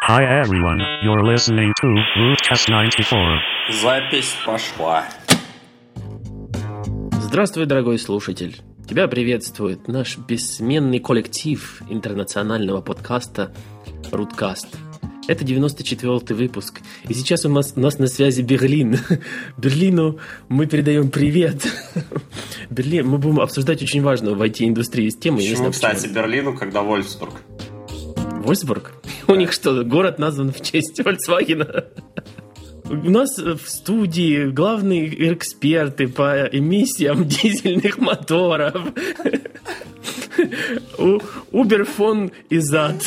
Hi everyone, you're listening to Rootcast 94. Запись пошла. Здравствуй, дорогой слушатель. Тебя приветствует наш бессменный коллектив интернационального подкаста Rootcast. Это 94-й выпуск. И сейчас у нас на связи Берлин. Берлину мы передаем привет. Берлин, мы будем обсуждать очень важную в IT-индустрии тему. Почему, кстати, Берлину, когда Вольфсбург? Вольфсбург? У них что, город назван в честь Volkswagen? У нас в студии главные эксперты по эмиссиям дизельных моторов. Уберфон Изат.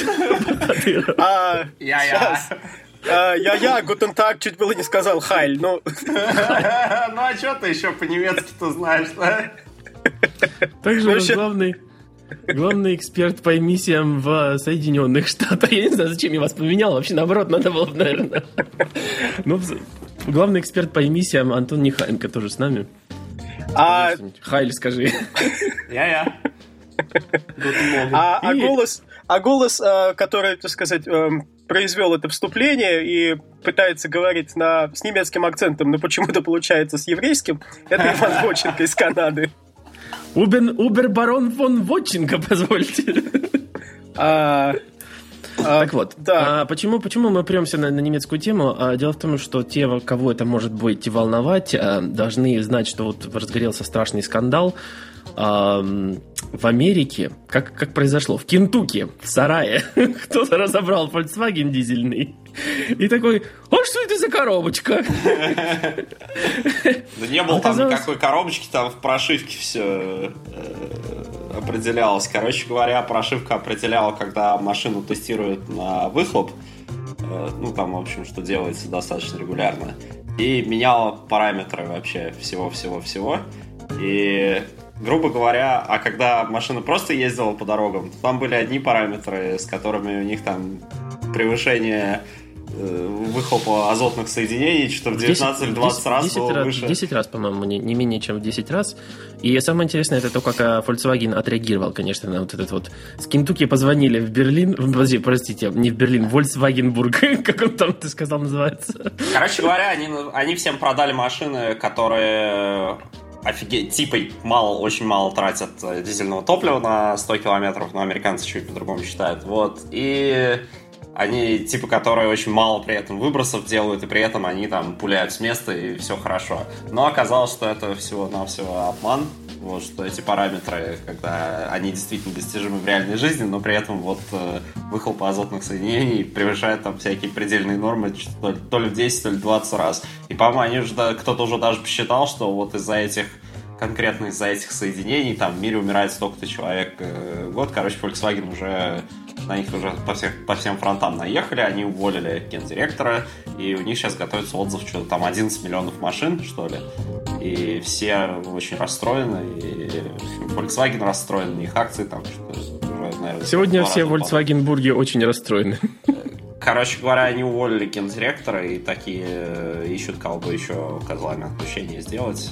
Я, гутен так, чуть было не сказал Хайль, ну... Ну а что ты еще по-немецки-то знаешь, да? Также у нас главный эксперт по эмиссиям в Соединенных Штатах. Я не знаю, зачем я вас поменял. Вообще, наоборот, надо было, наверное. Ну, главный эксперт по эмиссиям Антон Нехаенко тоже с нами. Хайль, скажи. Я. Голос, который, так сказать, произвел это вступление и пытается говорить с немецким акцентом, но почему-то получается с еврейским, это Иван Воченко из Канады. Убер-барон фон Вотченко, позвольте. Так вот, да. Почему мы премся на немецкую тему? Дело в том, что те, кого это может быть волновать, должны знать, что вот разгорелся страшный скандал в Америке. Как произошло? В Кентукки, в сарае, кто-то разобрал Volkswagen дизельный и такой: а что это за коробочка? Да не было там никакой коробочки, там в прошивке все определялось. Короче говоря, прошивка определяла, когда машину тестируют на выхлоп, ну там, в общем, что делается достаточно регулярно, и меняла параметры вообще всего-всего-всего. И, грубо говоря, а когда машина просто ездила по дорогам, то там были одни параметры, с которыми у них там превышение выхлопа азотных соединений, что в 19 или 20 раз было выше. 10 раз, по-моему, не менее чем в 10 раз. И самое интересное, это то, как Volkswagen отреагировал, конечно, на вот этот вот... С Кентукки позвонили в Берлин... Простите, не в Берлин, в Вольфсвагенбург, как он там, ты сказал, называется. Короче говоря, они всем продали машины, которые... типа очень мало тратят дизельного топлива на 100 километров, но американцы чуть по-другому считают. Вот. И они, типа, которые очень мало при этом выбросов делают, и при этом они там пуляют с места, и все хорошо. Но оказалось, что это всего-навсего обман. Вот, что эти параметры, когда они действительно достижимы в реальной жизни, но при этом вот выхлоп азотных соединений превышает там всякие предельные нормы то ли в 10, то ли в 20 раз. И, по-моему, кто-то уже даже посчитал, что вот из-за этих соединений там в мире умирает столько-то человек в год. Короче, Volkswagen уже на них уже по всем фронтам наехали, они уволили гендиректора, и у них сейчас готовится отзыв, что-то там 11 миллионов машин, что ли. И все очень расстроены, и Volkswagen расстроен, их акции там что-то уже, наверное... Сегодня все в Volkswagenбурге очень расстроены. Короче говоря, они уволили гендиректора, и такие ищут, кого бы еще козлами отпущения сделать.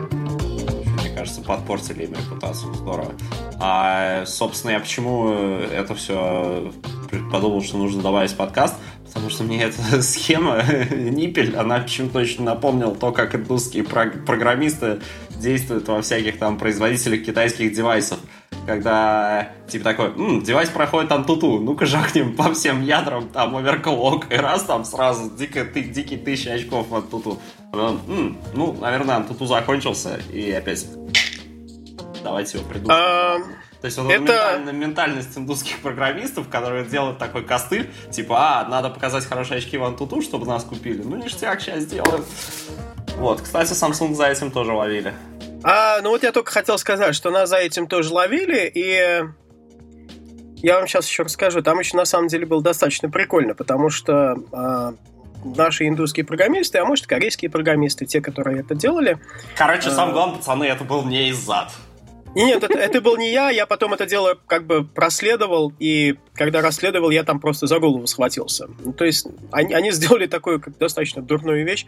Мне кажется, подпортили им репутацию здорово. А, собственно, я почему это все подумал, что нужно добавить подкаст? Потому что мне эта схема, Ниппель, она почему-то очень напомнила то, как индусские программисты действуют во всяких там производителях китайских девайсов. Когда, типа, такой, девайс проходит Antutu, ну-ка жахнем по всем ядрам, там, оверклок, и раз там сразу дикие 1000 очков в Antutu. Ну, наверное, Antutu закончился, и опять давайте его придумаем. То есть вот это ментальность индусских программистов, которые делают такой костыль, типа, надо показать хорошие очки в Antutu, чтобы нас купили. Ну, ништяк, сейчас сделаем. Вот, кстати, Samsung за этим тоже ловили. Ну вот я только хотел сказать, что нас за этим тоже ловили, и я вам сейчас еще расскажу. Там еще на самом деле было достаточно прикольно, потому что наши индусские программисты, а может корейские программисты, те, которые это делали... Короче, самое главное, пацаны, это был не из-зад. Нет, это был не я потом это дело как бы проследовал, и когда расследовал, я там просто за голову схватился. То есть они сделали такую достаточно дурную вещь.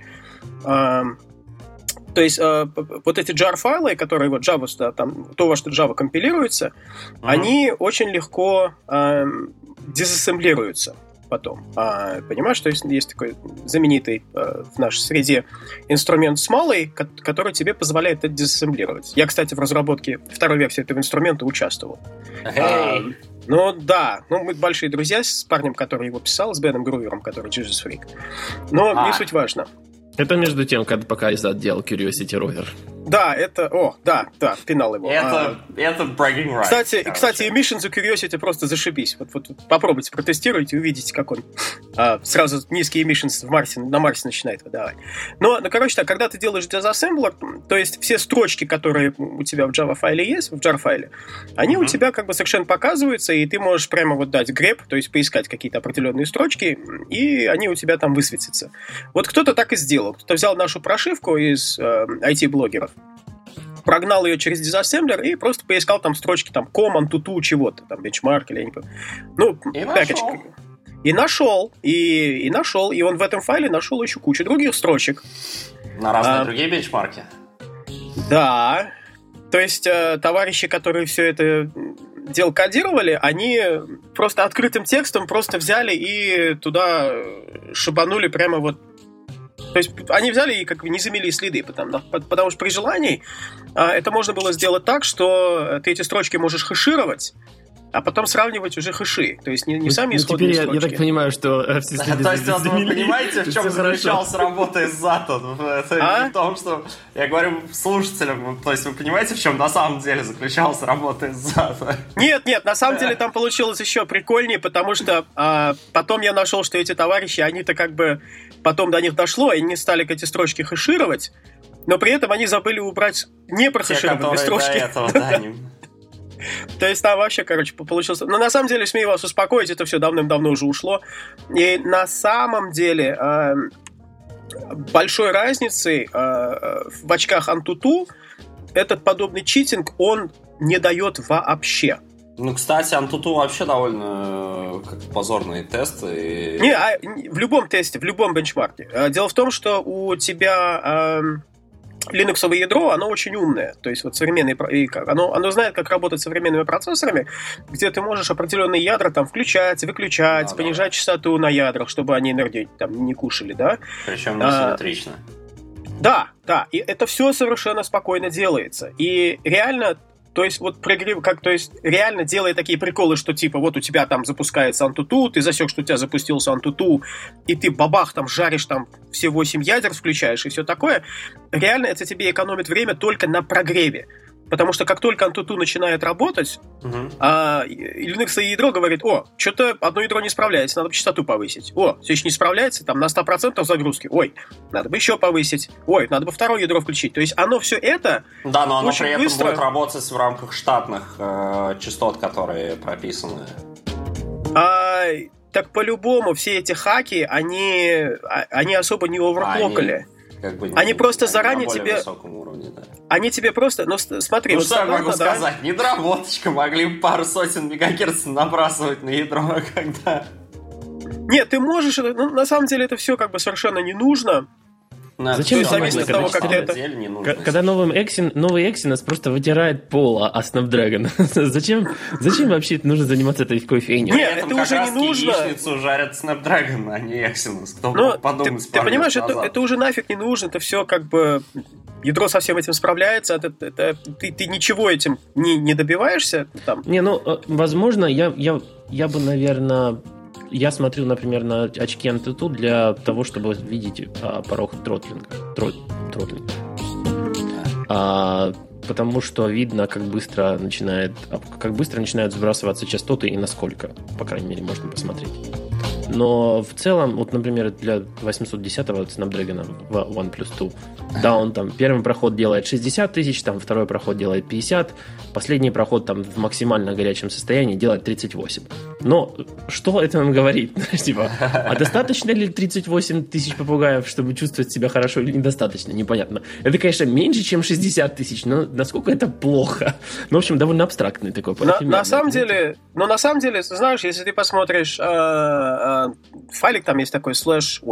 То есть вот эти jar-файлы, которые вот Java, там, то, во что Java компилируется, они очень легко дезассемблируются. потом. Понимаешь, что есть такой знаменитый в нашей среде инструмент с малой, который тебе позволяет это дезассемблировать. Я, кстати, в разработке второй версии этого инструмента участвовал. Ну да, мы большие друзья с парнем, который его писал, с Беном Грувером, который Jesus Freak. Но не суть важно. Это между тем, пока Изад делал Curiosity Rover. Да, это... да, пинал его. Это bragging rights. Кстати, emissions у Curiosity просто зашибись. Вот попробуйте, протестируйте, увидите, как он сразу низкие emissions на Марсе начинает выдавать. Но, короче так, когда ты делаешь дезассемблер, то есть все строчки, которые у тебя в Java файле есть, в jar файле, они у тебя как бы совершенно показываются, и ты можешь прямо вот дать grep, то есть поискать какие-то определенные строчки, и они у тебя там высветятся. Вот кто-то так и сделал. Кто-то взял нашу прошивку из IT-блогеров, прогнал ее через дезассемблер и просто поискал там строчки, там, command, tutu, чего-то, там, benchmark или я не помню. И нашел. И нашел. И он в этом файле нашел еще кучу других строчек. На разные другие бенчмарки? Да. То есть товарищи, которые все это дело кодировали, они просто открытым текстом просто взяли и туда шибанули прямо вот. То есть они взяли и как бы не замели следы, потому что при желании это можно было сделать так, что ты эти строчки можешь хэшировать, а потом сравнивать уже хэши. То есть не сами исходные теперь строчки. Я так понимаю, что все следы то есть вы понимаете, в чем заключалась работа Иззата? Это не в том, что... Я говорю слушателям, то есть вы понимаете, в чем на самом деле заключалась работа Иззата? Нет, на самом деле там получилось еще прикольнее, потому что потом я нашел, что эти товарищи, они-то как бы... Потом до них дошло, и они стали эти строчки хэшировать, но при этом они забыли убрать непрохэшированные строчки. То есть там вообще, получилось... Но на самом деле, смею вас успокоить, это все давным-давно уже ушло. И на самом деле большой разницы в очках AnTuTu этот подобный читинг, он не дает вообще. Ну, кстати, AnTuTu вообще довольно позорные тесты. В любом тесте, в любом бенчмарке. Дело в том, что у тебя Linux-овое ядро, оно очень умное. То есть вот современные, оно знает, как работать с современными процессорами, где ты можешь определенные ядра там включать, выключать, понижать частоту на ядрах, чтобы они энергию там не кушали, да? Причем не симметрично. Да. И это все совершенно спокойно делается. И реально... То есть, вот реально делая такие приколы, что типа вот у тебя там запускается AnTuTu, ты засек, что у тебя запустился AnTuTu, и ты бабах там жаришь там все 8 ядер включаешь и все такое, реально это тебе экономит время только на прогреве. Потому что как только AnTuTu начинает работать, Linux ядро говорит: что-то одно ядро не справляется, надо бы частоту повысить. Все еще не справляется, там на 100% загрузки. Надо бы еще повысить. Надо бы второе ядро включить. То есть оно все это да, но оно очень при этом быстро... будет работать в рамках штатных частот, которые прописаны. Так по-любому все эти хаки, они особо не оверклокали. Они просто заранее тебе... Уровне, да. Они тебе просто... Ну, смотри... что я могу сказать? Недоработочка. Могли бы пару сотен мегагерц набрасывать на ядро, когда... Нет, ты можешь... на самом деле это все как бы совершенно не нужно. Зачем зависит от того, как ты это... Когда новый Exynos просто вытирает пол о Snapdragon. Зачем вообще нужно заниматься этой такой фигней? Нет, это уже не нужно. Яичницу жарят Snapdragon, а не Exynos. Кто мог подумать ты понимаешь, это уже нафиг не нужно. Это все как бы... Ядро со всем этим справляется. Ты ничего этим не добиваешься. Там. Возможно, я бы, наверное... Я смотрю, например, на очки AnTuTu для того, чтобы видеть порог тротлинга. Потому что видно, как быстро начинают сбрасываться частоты и насколько, по крайней мере, можно посмотреть. Но в целом, вот, например, для 810-го Snapdragon OnePlus 2, да, он там первый проход делает 60 тысяч, там второй проход делает 50, последний проход там в максимально горячем состоянии делает 38. Но что это нам говорит? Типа, а достаточно ли 38 тысяч попугаев, чтобы чувствовать себя хорошо, или недостаточно? Непонятно. Это, конечно, меньше, чем 60 тысяч, но насколько это плохо? Ну, в общем, довольно абстрактный такой. На самом деле, знаешь, если ты посмотришь файлик там есть такой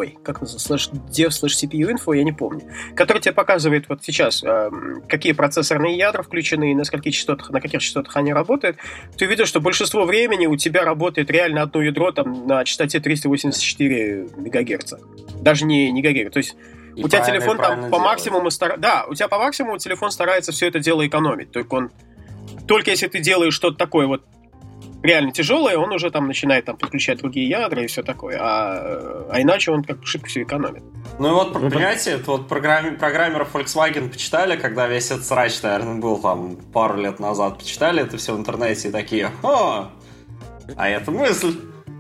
/dev/cpu-info, я не помню, который тебе показывает вот сейчас, какие процессорные ядра включены, на каких частотах они работают. Ты увидишь, что большинство времени у тебя работает реально одно ядро там на частоте 384 МГц. Даже не гигагерц. То есть у тебя телефон там по максимуму у тебя по максимуму телефон старается все это дело экономить. Только если ты делаешь что-то такое вот реально тяжелое, он уже там начинает там подключать другие ядра и все такое. А иначе он как шибко все экономит. Ну и вот, понимаете, вот программеров Volkswagen почитали, когда весь этот срач, наверное, был там пару лет назад, почитали это все в интернете и такие: а это мысль.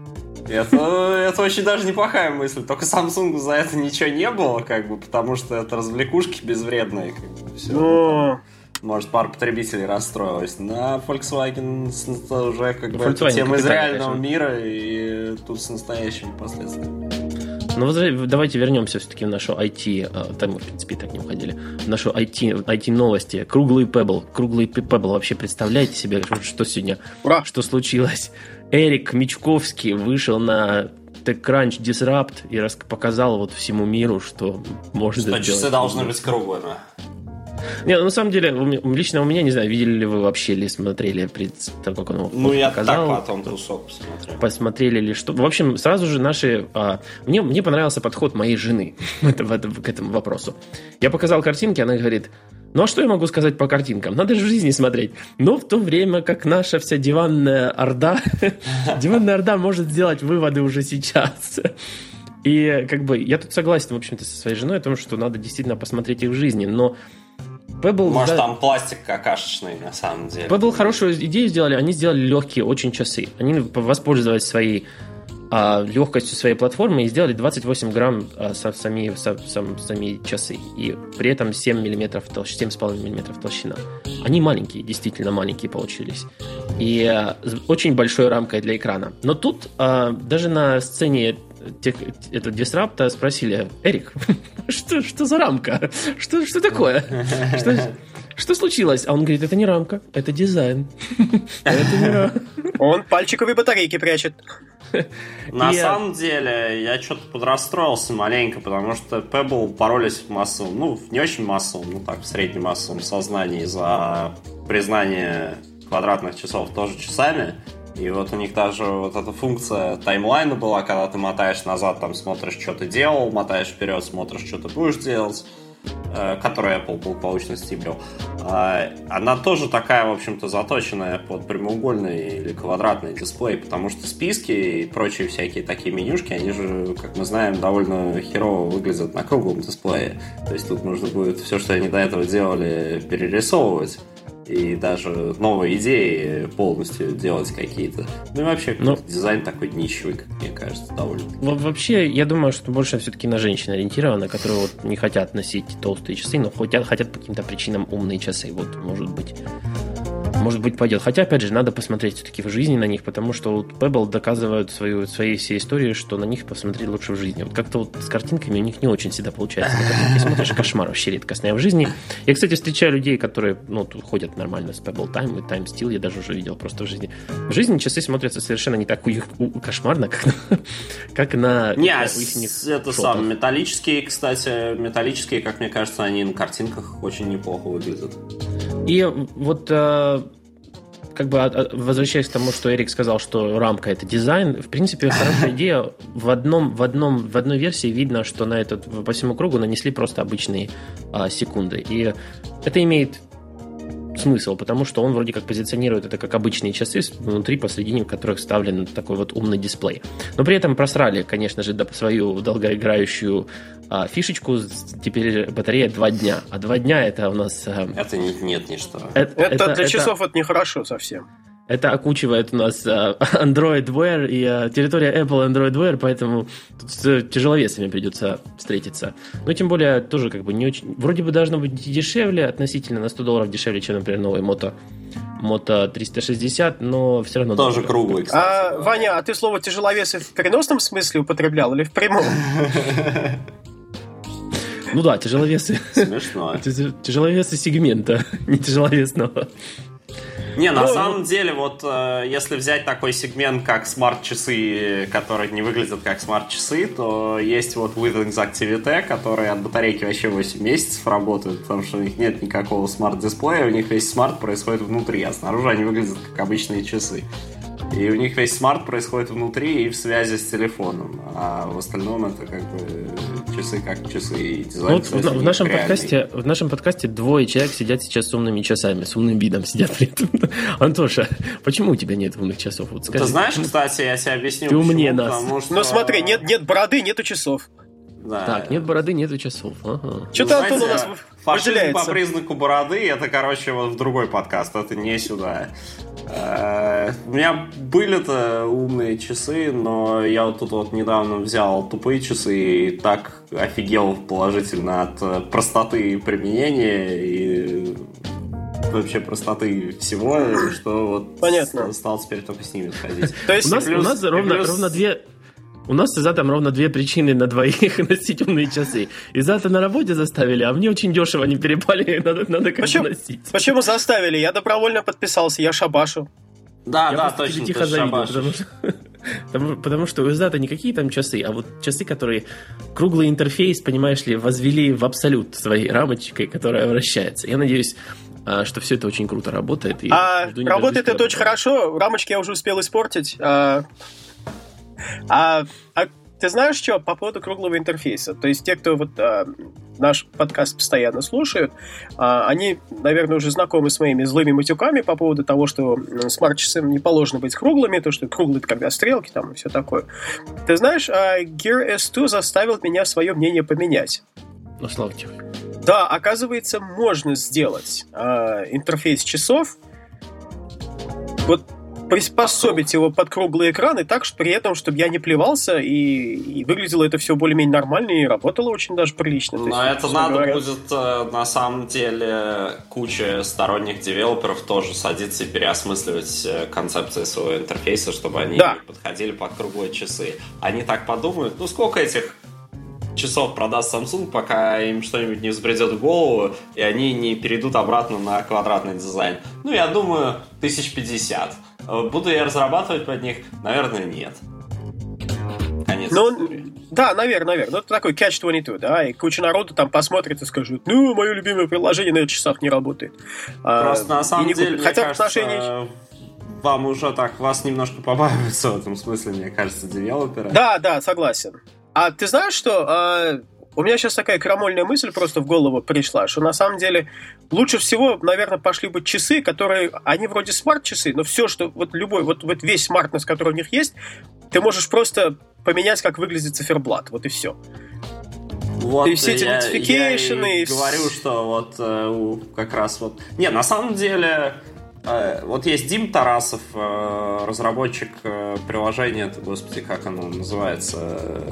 Это очень даже неплохая мысль. Только Samsung за это ничего не было, потому что это развлекушки безвредные. Все. Может, пара потребителей расстроилась. На Volkswagen уже это тема из реального мира, и тут с настоящими последствиями. Ну, давайте вернемся все-таки в нашу IT, там мы, в принципе, и так не уходили, в нашу IT-новости. Круглый Pebble. Вообще представляете себе, что сегодня, что случилось? Эрик Мичковский вышел на TechCrunch Disrupt и показал вот всему миру, что можно сделать. Часы должны быть круглыми. Не, на самом деле, лично у меня, не знаю, видели ли вы вообще или смотрели так, как он его показал. Я так потом кусок посмотрел. Посмотрели ли что. В общем, сразу же мне понравился подход моей жены к этому вопросу. Я показал картинки, она говорит: ну а что я могу сказать по картинкам? Надо же в жизни смотреть. Но в то время как наша вся диванная орда может сделать выводы уже сейчас. И я тут согласен, в общем-то, со своей женой о том, что надо действительно посмотреть их в жизни, но Pebble... Может, там пластик какашечный, на самом деле. Pebble хорошую идею сделали. Они сделали легкие очень часы. Они воспользовались своей легкостью своей платформы и сделали 28 грамм сами часы. И при этом 7,5 миллиметров толщина. Они маленькие, действительно маленькие получились. И очень большой рамкой для экрана. Но тут даже на сцене этого дисрапта спросили: Эрик, что за рамка? Что такое? Что случилось? А он говорит: это не рамка, это дизайн. Он пальчиковые батарейки прячет. На самом деле, я что-то подрастроился маленько, потому что Pebble боролись в массовом, не очень массовом, в среднем массовом сознании за признание квадратных часов тоже часами. И вот у них даже вот эта функция таймлайна была, когда ты мотаешь назад, там смотришь, что ты делал, мотаешь вперед, смотришь, что ты будешь делать, которую Apple благополучно стибрил. Она тоже такая, в общем-то, заточенная под прямоугольный или квадратный дисплей, потому что списки и прочие всякие такие менюшки, они же, как мы знаем, довольно херово выглядят на круглом дисплее. То есть тут нужно будет все, что они до этого делали, перерисовывать. И даже новые идеи полностью делать какие-то. Ну и вообще дизайн такой нищий, как мне кажется, довольно. Вообще, я думаю, что больше все-таки на женщин ориентировано, которые не хотят носить толстые часы, но хотят по каким-то причинам умные часы. Вот, может быть, пойдет. Хотя, опять же, надо посмотреть все-таки в жизни на них, потому что вот Pebble доказывают своей всей историей, что на них посмотреть лучше в жизни. Вот как-то вот с картинками у них не очень всегда получается. На картинки смотришь, кошмар вообще редкостный. А в жизни... Я, кстати, встречаю людей, которые тут ходят нормально с Pebble Time и Time Steel, я даже уже видел просто в жизни. В жизни часы смотрятся совершенно не так кошмарно, как на... это сам металлические, кстати, как мне кажется, они на картинках очень неплохо выглядят. И вот возвращаясь к тому, что Эрик сказал, что рамка — это дизайн, в принципе, хорошая идея. В одной версии видно, что по всему кругу нанесли просто обычные секунды. И это имеет смысл, потому что он вроде как позиционирует это как обычные часы, внутри, посредине которых вставлен такой вот умный дисплей. Но при этом просрали, конечно же, свою долгоиграющую фишечку. Теперь батарея 2 дня. А 2 дня это у нас... Это нет ничто. Это для часов это нехорошо совсем. Это окучивает у нас Android Wear и территория Apple Android Wear, поэтому тут с тяжеловесами придется встретиться. Но тем более тоже не очень... Вроде бы должно быть дешевле, относительно на $100 дешевле, чем, например, новый Moto 360, но все равно... Тоже круглый, кстати. Ваня, а ты слово «тяжеловесы» в переносном смысле употреблял или в прямом? Ну да, тяжеловесы. Смешно. Тяжеловесы сегмента, не тяжеловесного. Не, на самом деле, вот если взять такой сегмент, как смарт-часы, которые не выглядят как смарт-часы, то есть вот Withings Activity, которые от батарейки вообще 8 месяцев работают, потому что у них нет никакого смарт-дисплея, у них весь смарт происходит внутри, а снаружи они выглядят как обычные часы. И у них весь смарт происходит внутри и в связи с телефоном. А в остальном это как бы часы как часы. И дизайн, вот в нашем подкасте двое человек сидят сейчас с умными часами, с умным видом сидят при этом. Антоша, почему у тебя нет умных часов? Вот скажи. Ты знаешь, кстати, я тебе объясню. Ты умнее нас. Что... Ну смотри, нет бороды, нету часов. Да. Так, нет бороды, нету часов. Ага. Что-то Антон у нас фашизм по признаку бороды, это, короче, вот в другой подкаст, это не сюда. У меня были-то умные часы, но я вот тут вот недавно взял тупые часы и так офигел положительно от простоты применения и вообще простоты всего, что вот понятно. Стал теперь только с ними сходить. То есть у нас ровно две... У нас из-за там ровно две причины на двоих носить умные часы. Из-за на работе заставили, а мне очень дешево они перепали, надо как-то носить. Почему заставили? Я добровольно подписался, я шабашу. Да, точно, тихо завидую, потому что у Изата не какие там часы, а вот часы, которые круглый интерфейс, понимаешь ли, возвели в абсолют своей рамочкой, которая вращается. Я надеюсь, что все это очень круто работает. Работает это очень хорошо, рамочки я уже успел испортить. Ты знаешь, что по поводу круглого интерфейса? То есть те, кто вот наш подкаст постоянно слушают, они, наверное, уже знакомы с моими злыми матюками по поводу того, что смарт-часам не положено быть круглыми, то, что круглые — это когда стрелки там и все такое. Ты знаешь, Gear S2 заставил меня свое мнение поменять. Ну, слава тебе. Да, оказывается, можно сделать интерфейс часов вот приспособить его под круглые экраны так, что при этом, чтобы я не плевался, и выглядело это все более-менее нормально, и работало очень даже прилично. Но это надо будет, на самом деле, куча сторонних девелоперов тоже садиться и переосмысливать концепции своего интерфейса, чтобы они подходили под круглые часы. Они так подумают, сколько этих часов продаст Samsung, пока им что-нибудь не взбредет в голову, и они не перейдут обратно на квадратный дизайн. Я думаю, 1050. Буду я разрабатывать под них? Наверное, нет. Конец истории. Да, наверное. Это такой catch-22, да, и куча народу там посмотрит и скажет, мое любимое приложение на часах не работает. Просто на самом деле, мне хотя кажется, вам уже так, вас немножко побаиваются в этом смысле, мне кажется, девелоперы. Да, согласен. А ты знаешь, что... У меня сейчас такая крамольная мысль просто в голову пришла, что на самом деле лучше всего, наверное, пошли бы часы, которые, они вроде смарт-часы, но все, что вот любой, вот весь смартнес, который у них есть, ты можешь просто поменять, как выглядит циферблат, вот и все. Вот, и все эти нотификейшены. Я говорю, что вот как раз вот... Не, на самом деле... Вот есть Дим Тарасов, разработчик приложения, господи, как оно называется?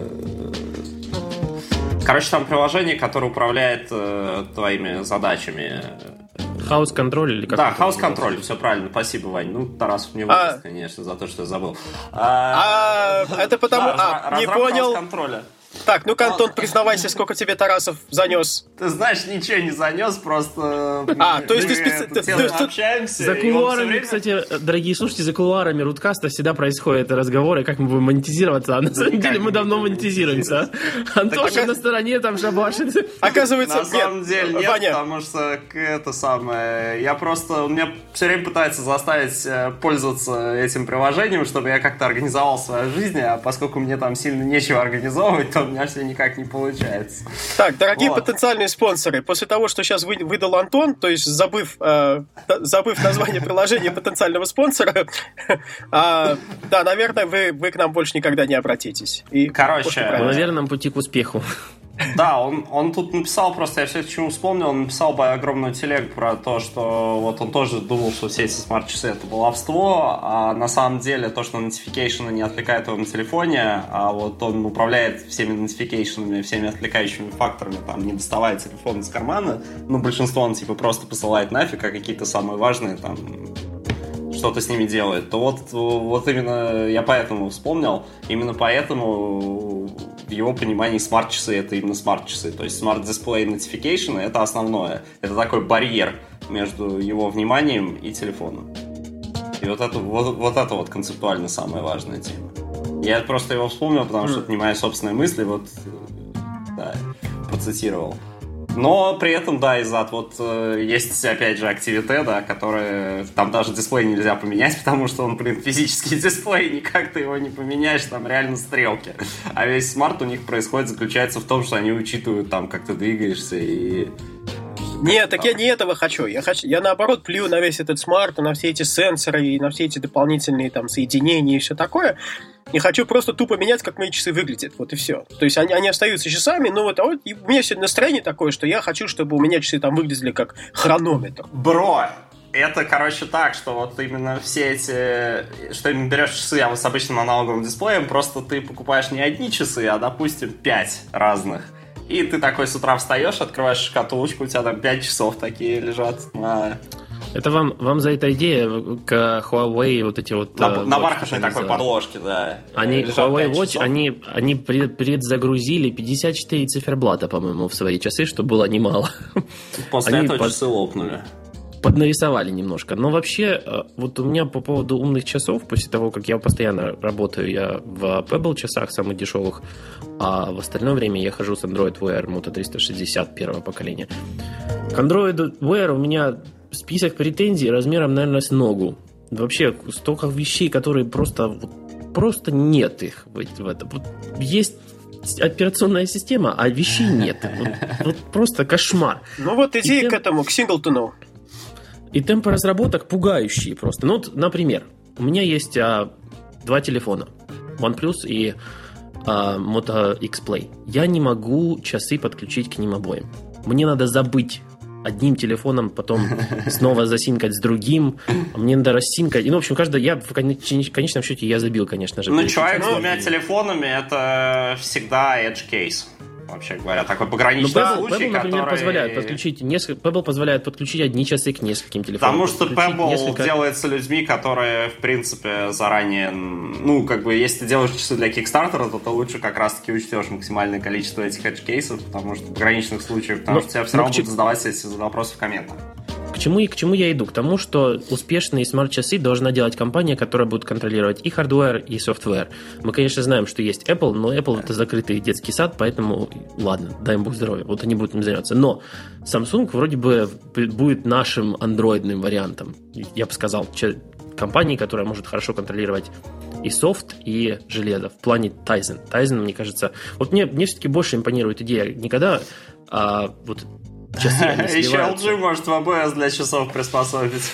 Короче, там приложение, которое управляет твоими задачами. House Control или как? Да, House Control, все правильно, спасибо, Вань. Тарасов мне выдаст, конечно, за то, что я забыл. Это потому... не понял. House Control. Так, ну-ка, Антон, признавайся, сколько тебе Тарасов занес. Ты знаешь, ничего не занес, просто... то есть ты общаемся. За кулуарами, кстати, дорогие слушатели, за кулуарами Руткаста всегда происходят разговоры, как мы будем монетизироваться, а на самом деле мы давно монетизируемся. Антоша на стороне там шабашит. Оказывается, на самом деле нет, потому что это самое... Я просто... Он меня все время пытается заставить пользоваться этим приложением, чтобы я как-то организовал свою жизнь, а поскольку мне там сильно нечего организовывать, то у меня все никак не получается. Так, дорогие потенциальные спонсоры, после того, что сейчас выдал Антон, то есть забыв название приложения потенциального спонсора, да, наверное, вы к нам больше никогда не обратитесь. Короче, на верном пути к успеху. Да, он тут написал, просто я все к чему вспомнил, он написал огромную телегу про то, что вот он тоже думал, что все эти смарт-часы это баловство, а на самом деле то, что notification не отвлекает его на телефоне, а вот он управляет всеми notification, всеми отвлекающими факторами, там, не доставая телефон из кармана, большинство он типа просто посылает нафиг, а какие-то самые важные там что-то с ними делает, то вот именно я поэтому вспомнил, именно поэтому в его понимании смарт-часы это именно смарт-часы, то есть смарт-дисплей notification это основное, это такой барьер между его вниманием и телефоном. И вот это концептуально самая важная тема. Я просто его вспомнил, потому что это не мои собственные мысли, да, процитировал. Но при этом, да, из-за есть, опять же, Activity, да, который там даже дисплей нельзя поменять, потому что он, физический дисплей, никак ты его не поменяешь, там реально стрелки. А весь смарт у них заключается в том, что они учитывают там, как ты двигаешься и... Нет, так я не этого хочу. Я наоборот плюю на весь этот смарт, на все эти сенсоры и на все эти дополнительные там соединения и все такое. И хочу просто тупо менять, как мои часы выглядят. Вот и все. То есть они остаются часами, но и у меня сегодня настроение такое, что я хочу, чтобы у меня часы там выглядели как хронометр. Бро! Это, так, что вот именно все эти... Что именно берешь часы с обычным аналоговым дисплеем, просто ты покупаешь не одни часы, а, допустим, 5 разных. И ты такой с утра встаешь, открываешь шкатулочку, у тебя там 5 часов такие лежат. Это вам за эту идею к Huawei вот эти вот... На бархатной такой подложке, да. Huawei Watch, они предзагрузили 54 циферблата, по-моему, в свои часы, что было немало. После этого часы лопнули. Поднарисовали немножко. Но вообще, вот у меня по поводу умных часов, после того, как я постоянно работаю, я в Pebble часах самых дешевых, а в остальное время я хожу с Android Wear Moto 360 первого поколения. К Android Wear у меня список претензий размером, наверное, с ногу. Вообще, столько вещей, которые просто нет их в этом. Вот есть операционная система, а вещей нет. Вот просто кошмар. Ну вот иди к этому, к Синглтону. И темпы разработок пугающие просто. Ну вот, например, у меня есть 2 телефона. OnePlus и Moto X Play. Я не могу часы подключить к ним обоим. Мне надо забыть одним телефоном, потом снова засинкать с другим. Мне надо рассинкать. И, ну, в общем, я в конечном счете я забил, конечно же. Ну, человек с 2 телефонами — это всегда edge case. Вообще говоря, такой пограничный случай, Pebble, например, Pebble позволяет подключить одни часы к нескольким телефонам. Потому что Pebble делается людьми, которые, в принципе, заранее... Ну, если ты делаешь часы для Kickstarter, то ты лучше как раз-таки учтешь максимальное количество этих edge-кейсов, потому что пограничных случаев, потому что тебя все равно будут задавать эти вопросы в комментах. К чему я иду? К тому, что успешные смарт-часы должна делать компания, которая будет контролировать и хардвер, и софтвер. Мы, конечно, знаем, что есть Apple, но Apple — это закрытый детский сад, поэтому, ладно, дай им бог здоровья, вот они будут им заниматься. Но Samsung вроде бы будет нашим андроидным вариантом. Я бы сказал, компанией, которая может хорошо контролировать и софт, и железо. В плане Tizen. Tizen, мне кажется... Вот мне все-таки больше импонирует идея не когда вот часы, еще LG может в ABS для часов приспособить.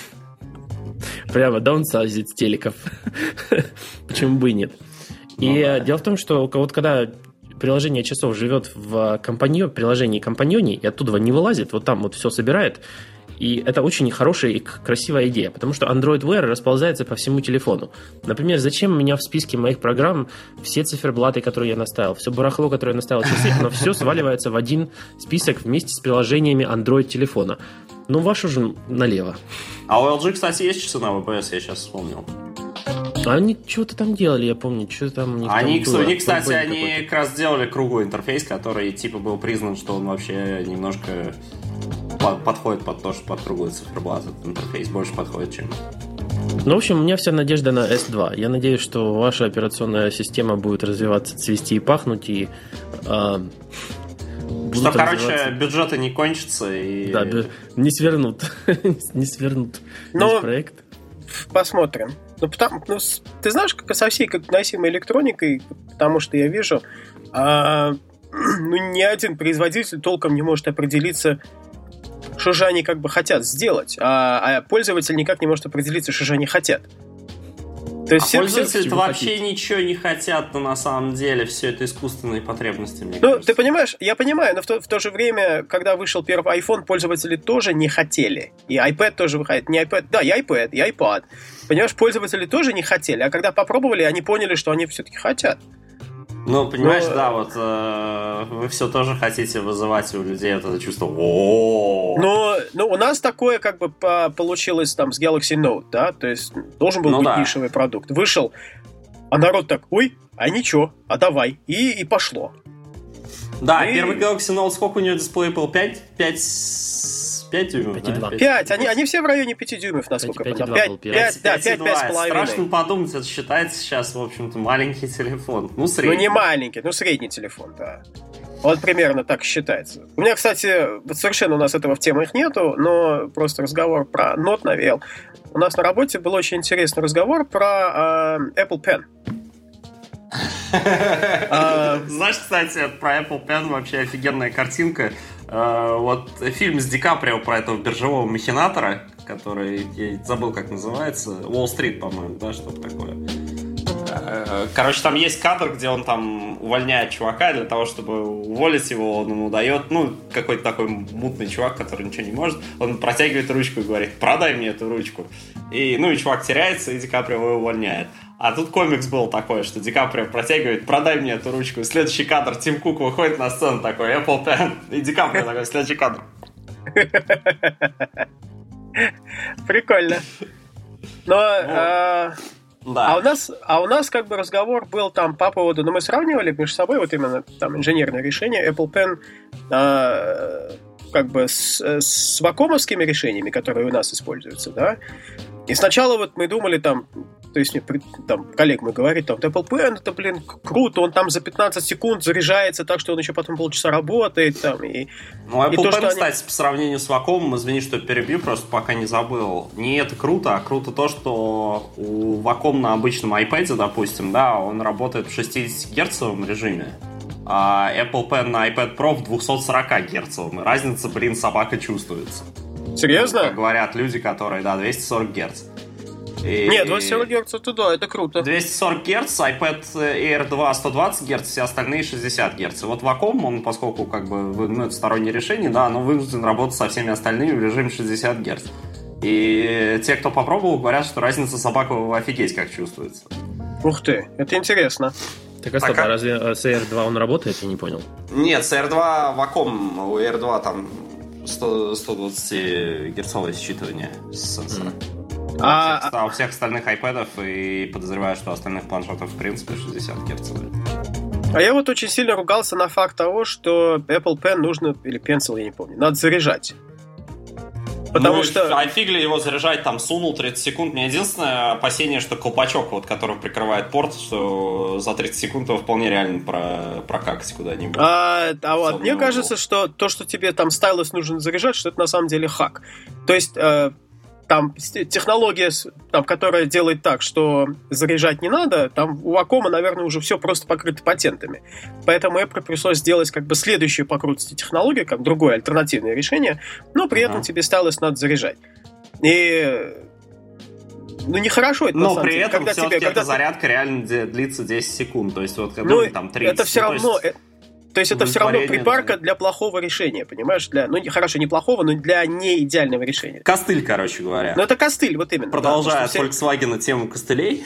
Прямо даунсайзить с телеков. Почему бы и нет? И дело в том, что вот когда приложение часов живет в приложении компаньоне и оттуда не вылазит, вот там вот все собирает, и это очень хорошая и красивая идея, потому что Android Wear расползается по всему телефону. Например, зачем у меня в списке моих программ все циферблаты, которые я наставил, все барахло, которое я наставил, часы, оно все сваливается в один список вместе с приложениями Android телефона. Ну, ваш уже налево. А у LG, кстати, есть часы на VPS, я сейчас вспомнил. Они что-то там делали, я помню, что-то там у них они, там было. Кстати, они как раз сделали круглый интерфейс, который типа был признан, что он вообще немножко подходит под то, что под круглый циферблат. Этот интерфейс больше подходит, чем... Ну, в общем, у меня вся надежда на S2. Я надеюсь, что ваша операционная система будет развиваться, цвести и пахнуть, и... что, бюджеты не кончатся и... Да, не свернут. Не свернут весь проект. Посмотрим. Ты знаешь, как со всей носимой электроникой, потому что я вижу, ни один производитель толком не может определиться, что же они хотят сделать, а пользователь никак не может определиться, что же они хотят. То есть пользователи-то вообще ничего не хотят, но на самом деле все это искусственные потребности, мне кажется. Ты понимаешь, я понимаю, но в то же время, когда вышел первый iPhone, пользователи тоже не хотели. И iPad тоже выходит. Не iPad, да, и iPad, и iPad. Понимаешь, пользователи тоже не хотели, а когда попробовали, они поняли, что они все-таки хотят. Ну, понимаешь, да, вот вы все тоже хотите вызывать у людей это чувство. Но у нас такое получилось там с Galaxy Note, да, то есть должен был быть нишевый продукт. Вышел, а народ так, ой, а ничего, а давай, и пошло. Да, первый Galaxy Note, сколько у него дисплей был? 5 5 дюймов, 5,2. да? 5. Они все в районе 5 дюймов, насколько я понял. 5, да, 5,5. Страшно подумать, это считается сейчас, в общем-то, маленький телефон. Ну, средний. Ну, не маленький, средний телефон, да. Вот примерно так считается. У меня, кстати, вот совершенно у нас этого в темах нету, но просто разговор про Note навел. У нас на работе был очень интересный разговор про Apple Pen. Знаешь, кстати, про Apple Pen вообще офигенная картинка. Вот фильм с Ди Каприо про этого биржевого махинатора, который, я забыл, как называется, Уолл-стрит, по-моему, да, что-то такое. Короче, там есть кадр, где он там увольняет чувака для того, чтобы уволить его, он ему дает, какой-то такой мутный чувак, который ничего не может, он протягивает ручку и говорит: продай мне эту ручку. И чувак теряется, и Ди Каприо его увольняет. А тут комикс был такой, что Ди Каприо протягивает: продай мне эту ручку. И следующий кадр, Тим Кук выходит на сцену такой: Apple Pen. И Ди Каприо такой: следующий кадр. Прикольно. Но... Да. А у нас как бы разговор был там по поводу, мы сравнивали между собой вот именно там инженерное решение Apple Pen как бы с вакомовскими решениями, которые у нас используются, да. И сначала вот мы думали там, то есть там коллег мы говорим, там Apple Pen, это, круто, он там за 15 секунд заряжается так, что он еще потом полчаса работает там. Apple Pen, кстати, по сравнению с Wacom, извини, что перебью, просто пока не забыл, не это круто, а круто то, что у Wacom на обычном iPad, допустим, да, он работает в 60 Гц режиме, а Apple Pen на iPad Pro в 240 Гц. Разница, собака чувствуется. Серьезно? Как говорят люди, которые, 240 Гц. Нет, 240 Гц, это да, это круто. 240 Гц, iPad Air 2 120 Гц, все остальные 60 Гц. Вот Wacom, он, поскольку как бы это стороннее решение, да, оно вынужден работать со всеми остальными в режиме 60 Гц. И те, кто попробовал, говорят, что разница собака офигеть как чувствуется. Ух ты, это интересно. Так, а стоп, а разве с Air 2 он работает? Я не понял. Нет, с Air 2 Wacom, у Air 2 там 120 герцовое считывание с сенсора. А у всех остальных iPad'ов и подозреваю, что остальных планшетов в принципе 60 Гц. А я вот очень сильно ругался на факт того, что Apple Pen нужно, или Pencil, я не помню, надо заряжать. Потому что... А фиг ли его заряжать, там, сунул 30 секунд. У меня единственное опасение, что колпачок, вот, который прикрывает порт, что за 30 секунд его вполне реально прокакать куда-нибудь. Вот мне кажется, что то, что тебе там стайлус нужно заряжать, что это на самом деле хак. То есть... Там технология, там, которая делает так, что заряжать не надо, там у Wacom, наверное, уже все просто покрыто патентами. Поэтому Apple пришлось сделать как бы следующую по крутости технологию, как другое альтернативное решение, но при этом тебе стайлус надо заряжать. И... нехорошо это, на самом деле. Но при этом все-таки эта зарядка реально длится 10 секунд. То есть вот когда там 30. Это все равно... То есть это все равно припарка для плохого решения, понимаешь? Хорошо, не плохого, но для не идеального решения. Костыль, короче говоря. Это костыль, вот именно. Продолжая от Volkswagen тему костылей.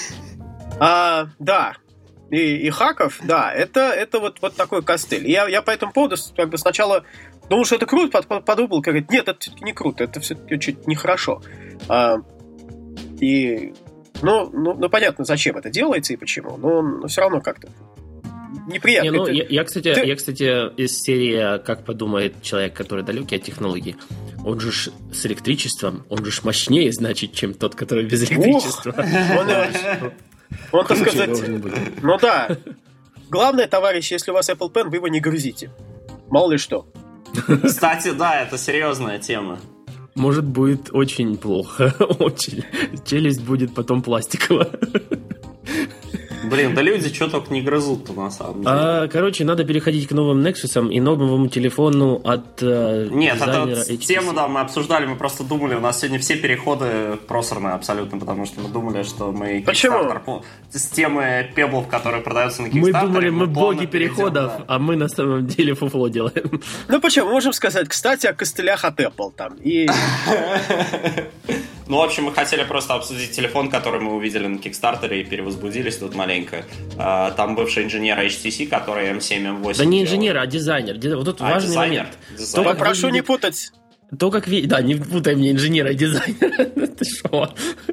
Да. И хаков, да, это вот такой костыль. Я по этому поводу как бы сначала думал, что это круто, подумал, говорит, нет, это все-таки не круто, это все-таки чуть нехорошо. Понятно, зачем это делается и почему, но все равно как-то неприятно. Я, кстати, из серии «Как подумает человек, который далекий от технологий», он же с электричеством, он же мощнее, значит, чем тот, который без электричества. Он, так сказать... Ну да. Главное, товарищи, если у вас Apple Pen, вы его не грузите. Мало ли что. Кстати, да, это серьезная тема. Может, будет очень плохо. Очень. Челюсть будет потом пластиковая. Блин, да люди что только не грызут-то на самом деле. Короче, надо переходить к новым Nexus'ам и новому телефону от Нет, дизайнера это HTC. тему, да, мы обсуждали, мы просто думали, у нас сегодня все переходы просранные абсолютно, потому что мы думали, что мы... Почему? С темы пеблов, которые продаются на Kickstarter. Мы думали, мы боги переходов, да. А мы на самом деле фуфло делаем. Ну почему? Можем сказать, кстати, о костылях от Apple там. Ну, в общем, мы хотели просто обсудить телефон, который мы увидели на Kickstarter и перевозбудились тут маленько. Там бывший инженер HTC, который M7, M8 Да не инженер, а дизайнер. Вот тут важный дизайнер? момент. Прошу не путать. Да, не путай мне инженера и дизайнера. Ты шо?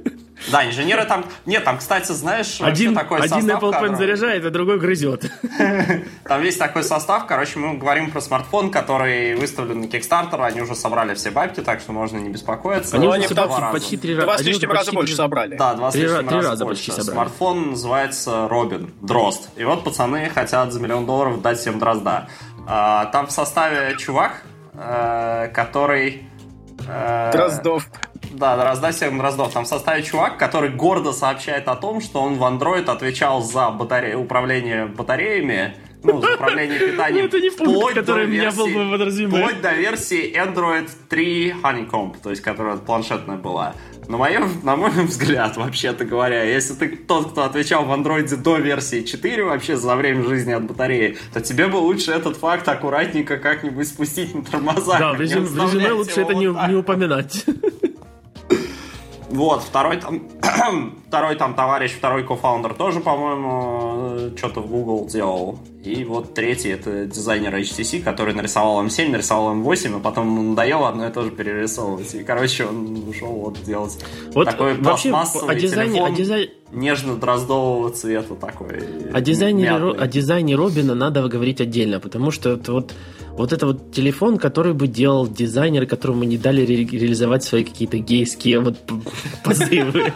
Да, инженеры там... Нет, там, кстати, знаешь, один такой состав... Один Apple Pen заряжает, а другой грызет. Там есть такой состав, короче, мы говорим про смартфон, который выставлен на Kickstarter, они уже собрали все бабки, так что можно не беспокоиться. Они уже почти 3 раза. 2 с лишним раза больше собрали. Да, 2 с лишним раза больше. Смартфон называется Робин, Дрозд. И вот пацаны хотят за $1 миллион дать всем Дрозда. Там в составе чувак, который... Дроздов. Да, Дрозда всем Дроздов. Там в составе чувак, который гордо сообщает о том, что он в Android отвечал за управление батареями, за управление питанием. Это не пункт, который у меня был бы подразумевать. Вплоть до версии Android 3 Honeycomb, то есть которая планшетная была. На мой взгляд, вообще-то говоря, если ты тот, кто отвечал в Android до версии 4 вообще за время жизни от батареи, то тебе бы лучше этот факт аккуратненько как-нибудь спустить на тормозах. Да, в резюме лучше это не упоминать. Вот, второй там товарищ, второй кофаундер тоже, по-моему, что-то в Google делал. И вот третий — это дизайнер HTC, который нарисовал M7, нарисовал M8, а потом ему надоело одно и то же перерисовывать. И, короче, он ушел вот делать такой пластмассовый телефон нежно-дроздового цвета такой. О дизайне Робина надо говорить отдельно, потому что это вот телефон, который бы делал дизайнер, которому не дали реализовать свои какие-то гейские позывы.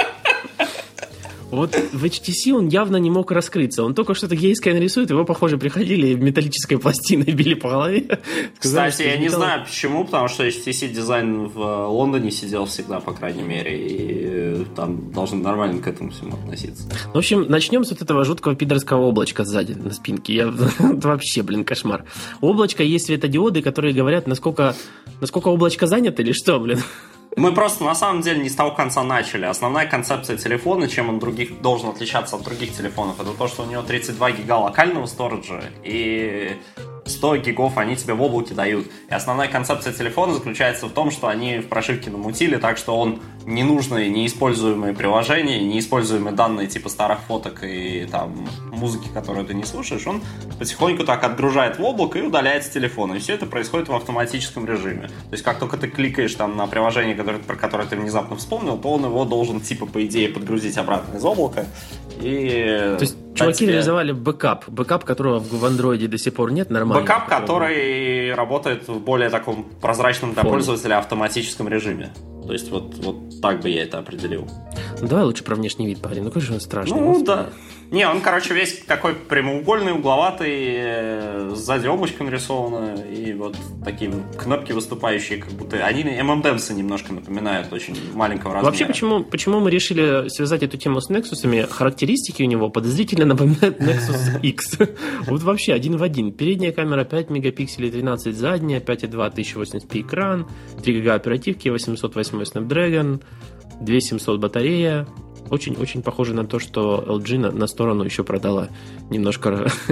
Вот в HTC он явно не мог раскрыться. Он только что-то гейское нарисует, его, похоже, приходили металлической пластиной били по голове. Кстати, я не знаю почему, потому что HTC дизайн в Лондоне сидел всегда, по крайней мере, и там должны нормально к этому всему относиться. В общем, начнем с вот этого жуткого пидорского облачка сзади на спинке. Это вообще, кошмар. У облачка есть светодиоды, которые говорят, насколько облачко занято или что, Мы просто, на самом деле, не с того конца начали. Основная концепция телефона, чем он должен отличаться от других телефонов, это то, что у него 32 гига локального сториджа и 100 гигов они тебе в облаке дают. И основная концепция телефона заключается в том, что они в прошивке намутили так, что он ненужные, неиспользуемые приложения, неиспользуемые данные типа старых фоток и там музыки, которую ты не слушаешь, он потихоньку так отгружает в облако и удаляет с телефона. И все это происходит в автоматическом режиме. То есть как только ты кликаешь там на приложение, про которое ты внезапно вспомнил, то он его должен типа по идее подгрузить обратно из облака. И... То есть чуваки реализовали бэкап, которого в андроиде до сих пор нет, нормально. Бэкап, который работает в более таком прозрачном для пользователя автоматическом режиме. То есть вот так бы я это определил. Ну давай лучше про внешний вид поговорим. Ну какой же он страшный. Ну да. Не, он, короче, весь такой прямоугольный, угловатый, сзади облачко нарисовано, и вот такие кнопки выступающие, как будто... Они M&M'сы немножко напоминают, очень маленького размера. Вообще, почему мы решили связать эту тему с Nexus'ами? Характеристики у него подозрительно напоминают Nexus X. Вот вообще один в один. Передняя камера 5 мегапикселей, 13 задняя, 5.2 1080p экран, 3 гига оперативки, 808 Snapdragon, 2700 батарея. Очень-очень похоже на то, что LG на сторону еще продала немножко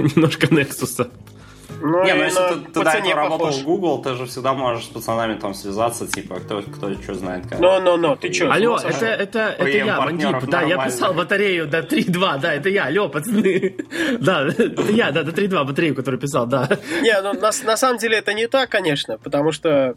Nexus. Ну, если ты до этого работал в Google, ты же всегда можешь с пацанами там связаться, типа, кто что знает как. Но, ты что? Алло, это я, Мандип, да, я писал батарею до 3.2, да, это я, алло, пацаны. Да, это я, да, до 3.2 батарею, которую писал, да. Не, ну, на самом деле это не так, конечно, потому что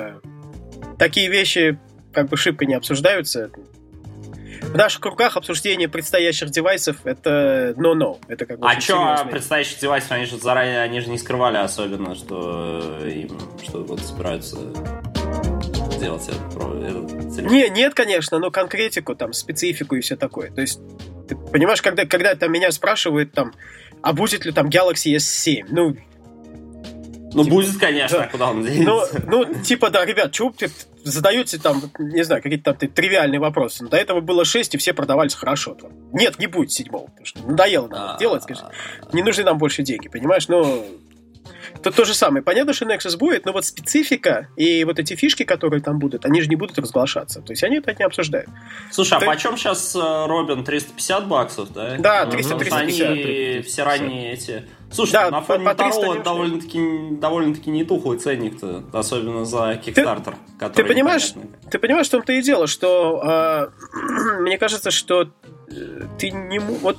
такие вещи как бы шибко не обсуждаются. В наших кругах обсуждение предстоящих девайсов это no-no. Это как бы а что предстоящих девайсов? Они же не скрывали особенно, что вот собираются делать этот телефон. Нет, конечно, но конкретику, там, специфику и все такое. То есть, ты понимаешь, когда там меня спрашивают, там, а будет ли там Galaxy S7? Ну, типа, будет, конечно, да. Куда он денется. Типа, да, ребят, чего вы задаете там, не знаю, какие-то там тривиальные вопросы. До этого было 6, и все продавались хорошо. Там. Нет, не будет 7-го, потому что надоело нам делать, скажи. Не нужны нам больше деньги, понимаешь? Но тут то же самое. Понятно, что Nexus будет, но вот специфика и вот эти фишки, которые там будут, они же не будут разглашаться. То есть они это не обсуждают. Слушай, а почем сейчас Робин? $350, да? Да, 350. Они все ранние эти... Слушай, да, на фоне второго довольно-таки нетухлый ценник-то, особенно за Kickstarter. Ты понимаешь, в том-то и дело, что мне кажется, что ты не... Вот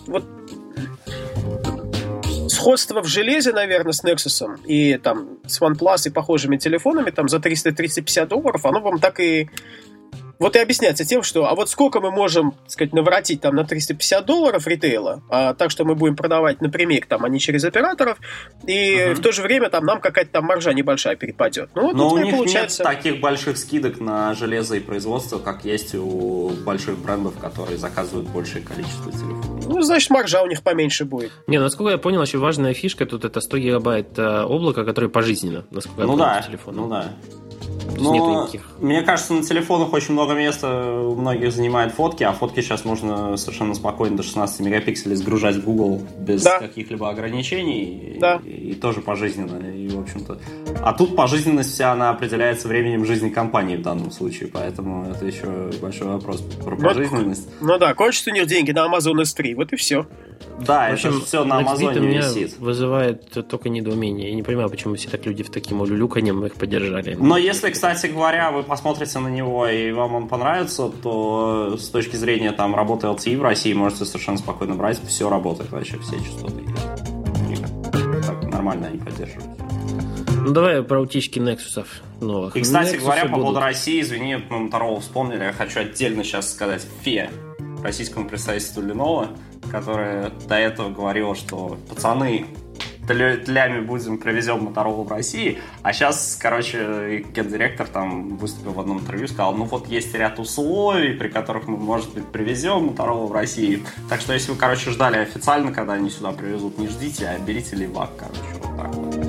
сходство в железе, наверное, с Nexus и там с OnePlus и похожими телефонами там за $300-350, оно вам так и вот и объясняется тем, что а вот сколько мы можем, так сказать, наворотить там на $350 ритейла, так что мы будем продавать напрямик, там, а не через операторов, и в то же время там нам какая-то там маржа небольшая перепадет. Ну, вот но у них получается... нет таких больших скидок на железо и производство, как есть у больших брендов, которые заказывают большее количество телефонов. Ну, значит, маржа у них поменьше будет. Не, насколько я понял, очень важная фишка тут это 100 гигабайт облака, которое пожизненно, насколько я понял, с телефона. Ну да. Но мне кажется, на телефонах очень много места у многих занимает фотки, а фотки сейчас можно совершенно спокойно до 16 мегапикселей сгружать в Google без каких-либо ограничений, и тоже пожизненно. И, в общем-то... А тут пожизненность вся, она определяется временем жизни компании в данном случае, поэтому это еще большой вопрос про пожизненность. Ну да, кончатся у них деньги на Amazon S3, вот и все. Да, в общем, это все на Амазоне висит. Вызывает только недоумение. Я не понимаю, почему все так люди в таким улюлюканьем их поддержали. Но если, кстати говоря, вы посмотрите на него и вам он понравится, то с точки зрения там работы LTE в России можете совершенно спокойно брать. Все работает вообще, все частоты. Так нормально они поддерживают. Ну давай про утечки Nexus'ов новых. И, кстати говоря, по поводу России, извини, мы Motorola вспомнили, я хочу отдельно сейчас сказать фе российскому представительству Lenovo, которое до этого говорило, что пацаны, тлями будем, привезем Motorola в России, а сейчас, короче, гендиректор там выступил в одном интервью, сказал, ну вот есть ряд условий, при которых мы, может быть, привезем Motorola в Россию, так что если вы, короче, ждали официально, когда они сюда привезут, не ждите, а берите левак, короче, вот так вот.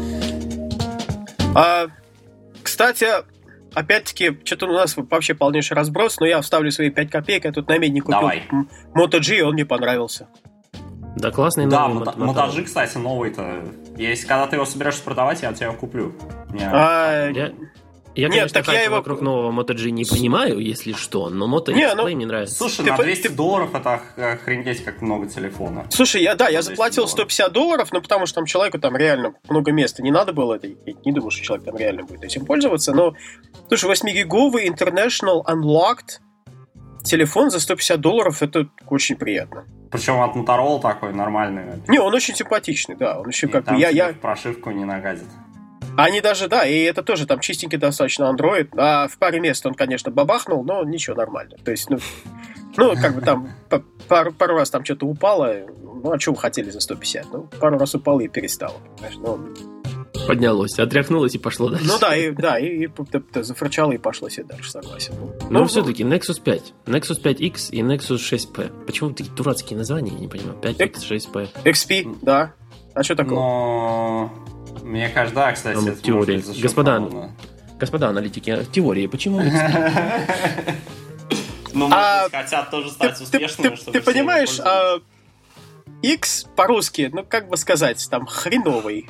Кстати, опять-таки, что-то у нас вообще полнейший разброс, но я вставлю свои 5 копеек, я тут на медне купил Moto G, и он мне понравился. Да, классный новый. Да, Moto G, кстати, новый-то. Если когда ты его собираешься продавать, я тебя его куплю. Я, конечно, вокруг нового Moto G не понимаю, если что, но Moto X мне нравится. Слушай, на $200 это охренеть как много телефона. Слушай, я заплатил $150, но потому что там человеку там реально много места не надо было. Я не думаю, что человек там реально будет этим пользоваться, но слушай, 8-гиговый International Unlocked телефон за $150 это очень приятно. Причем от Motorola такой нормальный. Не, он очень симпатичный, да. Он еще как бы в прошивку не нагадит. Они даже, да, и это тоже там чистенький достаточно Android, а в паре мест он, конечно, бабахнул, но ничего, нормально. То есть, ну как бы там пару раз там что-то упало, ну, а что вы хотели за 150? Ну, пару раз упало и перестало, понимаешь, поднялось, отряхнулось и пошло дальше. Ну да, и зафырчало и пошло себе дальше, согласен. Но все-таки Nexus 5, Nexus 5X и Nexus 6P. Почему такие дурацкие названия, я не понимаю. 5X, 6P. XP, да. А что такое? Но... Мне кажется, да, кстати, это теории. Господа аналитики, теории, почему XP? Ну, может, хотят тоже стать успешными, чтобы ты понимаешь, X по-русски, ну, как бы сказать, там, хреновый.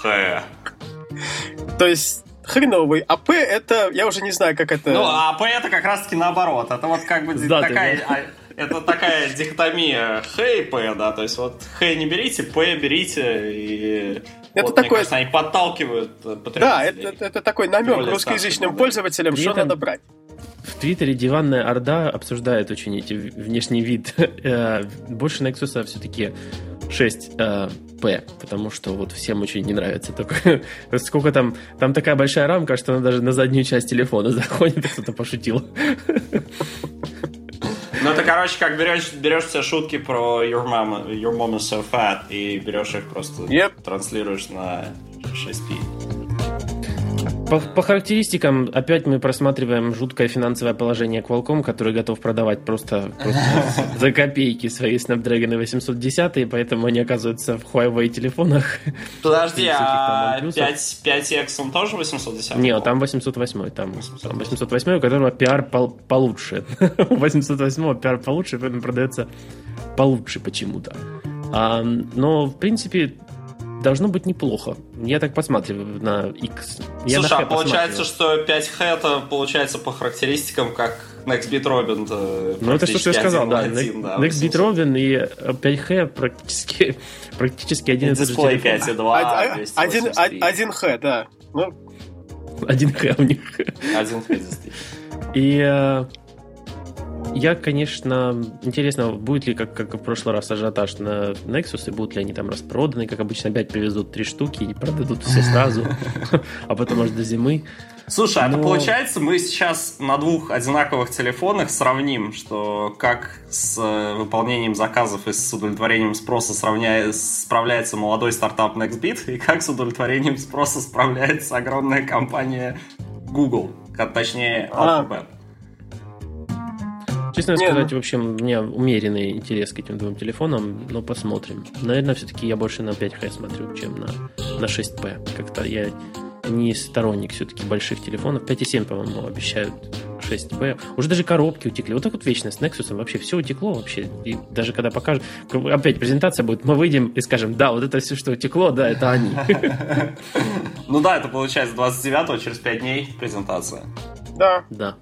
То есть, хреновый. А P это, я уже не знаю, как это... Ну, а P это как раз-таки наоборот. Это вот как бы такая... Это такая дихотомия Х и П, да, то есть вот Х не берите, П берите, и это вот, такой... мне кажется, они подталкивают потребителей. Да, это такой намек русскоязычным пользователям, что надо брать. В Твиттере диванная орда обсуждает очень эти внешний вид. Больше Nexus все-таки 6P, потому что вот всем очень не нравится такое. Сколько там такая большая рамка, что она даже на заднюю часть телефона заходит, кто-то пошутил. Ну, это, короче, как берешь все шутки про your mom is so fat и берешь их просто транслируешь на 6P. По характеристикам опять мы просматриваем жуткое финансовое положение Qualcomm, который готов продавать просто за копейки свои Snapdragon 810, поэтому они оказываются в Huawei телефонах. Подожди, а 5X он тоже 810? Нет, там 808. Там 808, у которого пиар получше. У 808 пиар получше, поэтому продается получше почему-то. Но, в принципе, должно быть неплохо. Я так посматриваю на X. Слушай, а получается, что 5H это получается по характеристикам как Nextbit Robin. Ну, это что я сказал, да. Nextbit Robin и 5H практически один и тот же телефон. Дисплей 5.2, 1H, да. 1H у них. 1H действительно. И Я, конечно, интересно, будет ли, как в прошлый раз, ажиотаж на Nexus, и будут ли они там распроданы, как обычно, опять привезут 3 штуки и продадут все сразу, а потом аж до зимы. Слушай, а получается, мы сейчас на 2 одинаковых телефонах сравним, что как с выполнением заказов и с удовлетворением спроса справляется молодой стартап NextBit, и как с удовлетворением спроса справляется огромная компания Google, точнее Alphabet. Честно сказать, в общем, у меня умеренный интерес к этим 2 телефонам, но посмотрим. Наверное, все-таки я больше на 5G смотрю, чем на 6P. Как-то я не сторонник все-таки больших телефонов. 5,7, по-моему, обещают 6P. Уже даже коробки утекли. Вот так вот вечно с Nexus вообще все утекло вообще. И даже когда покажут, опять презентация будет, мы выйдем и скажем, да, вот это все, что утекло, да, это они. Ну да, это получается 29-го, через 5 дней презентация. Да.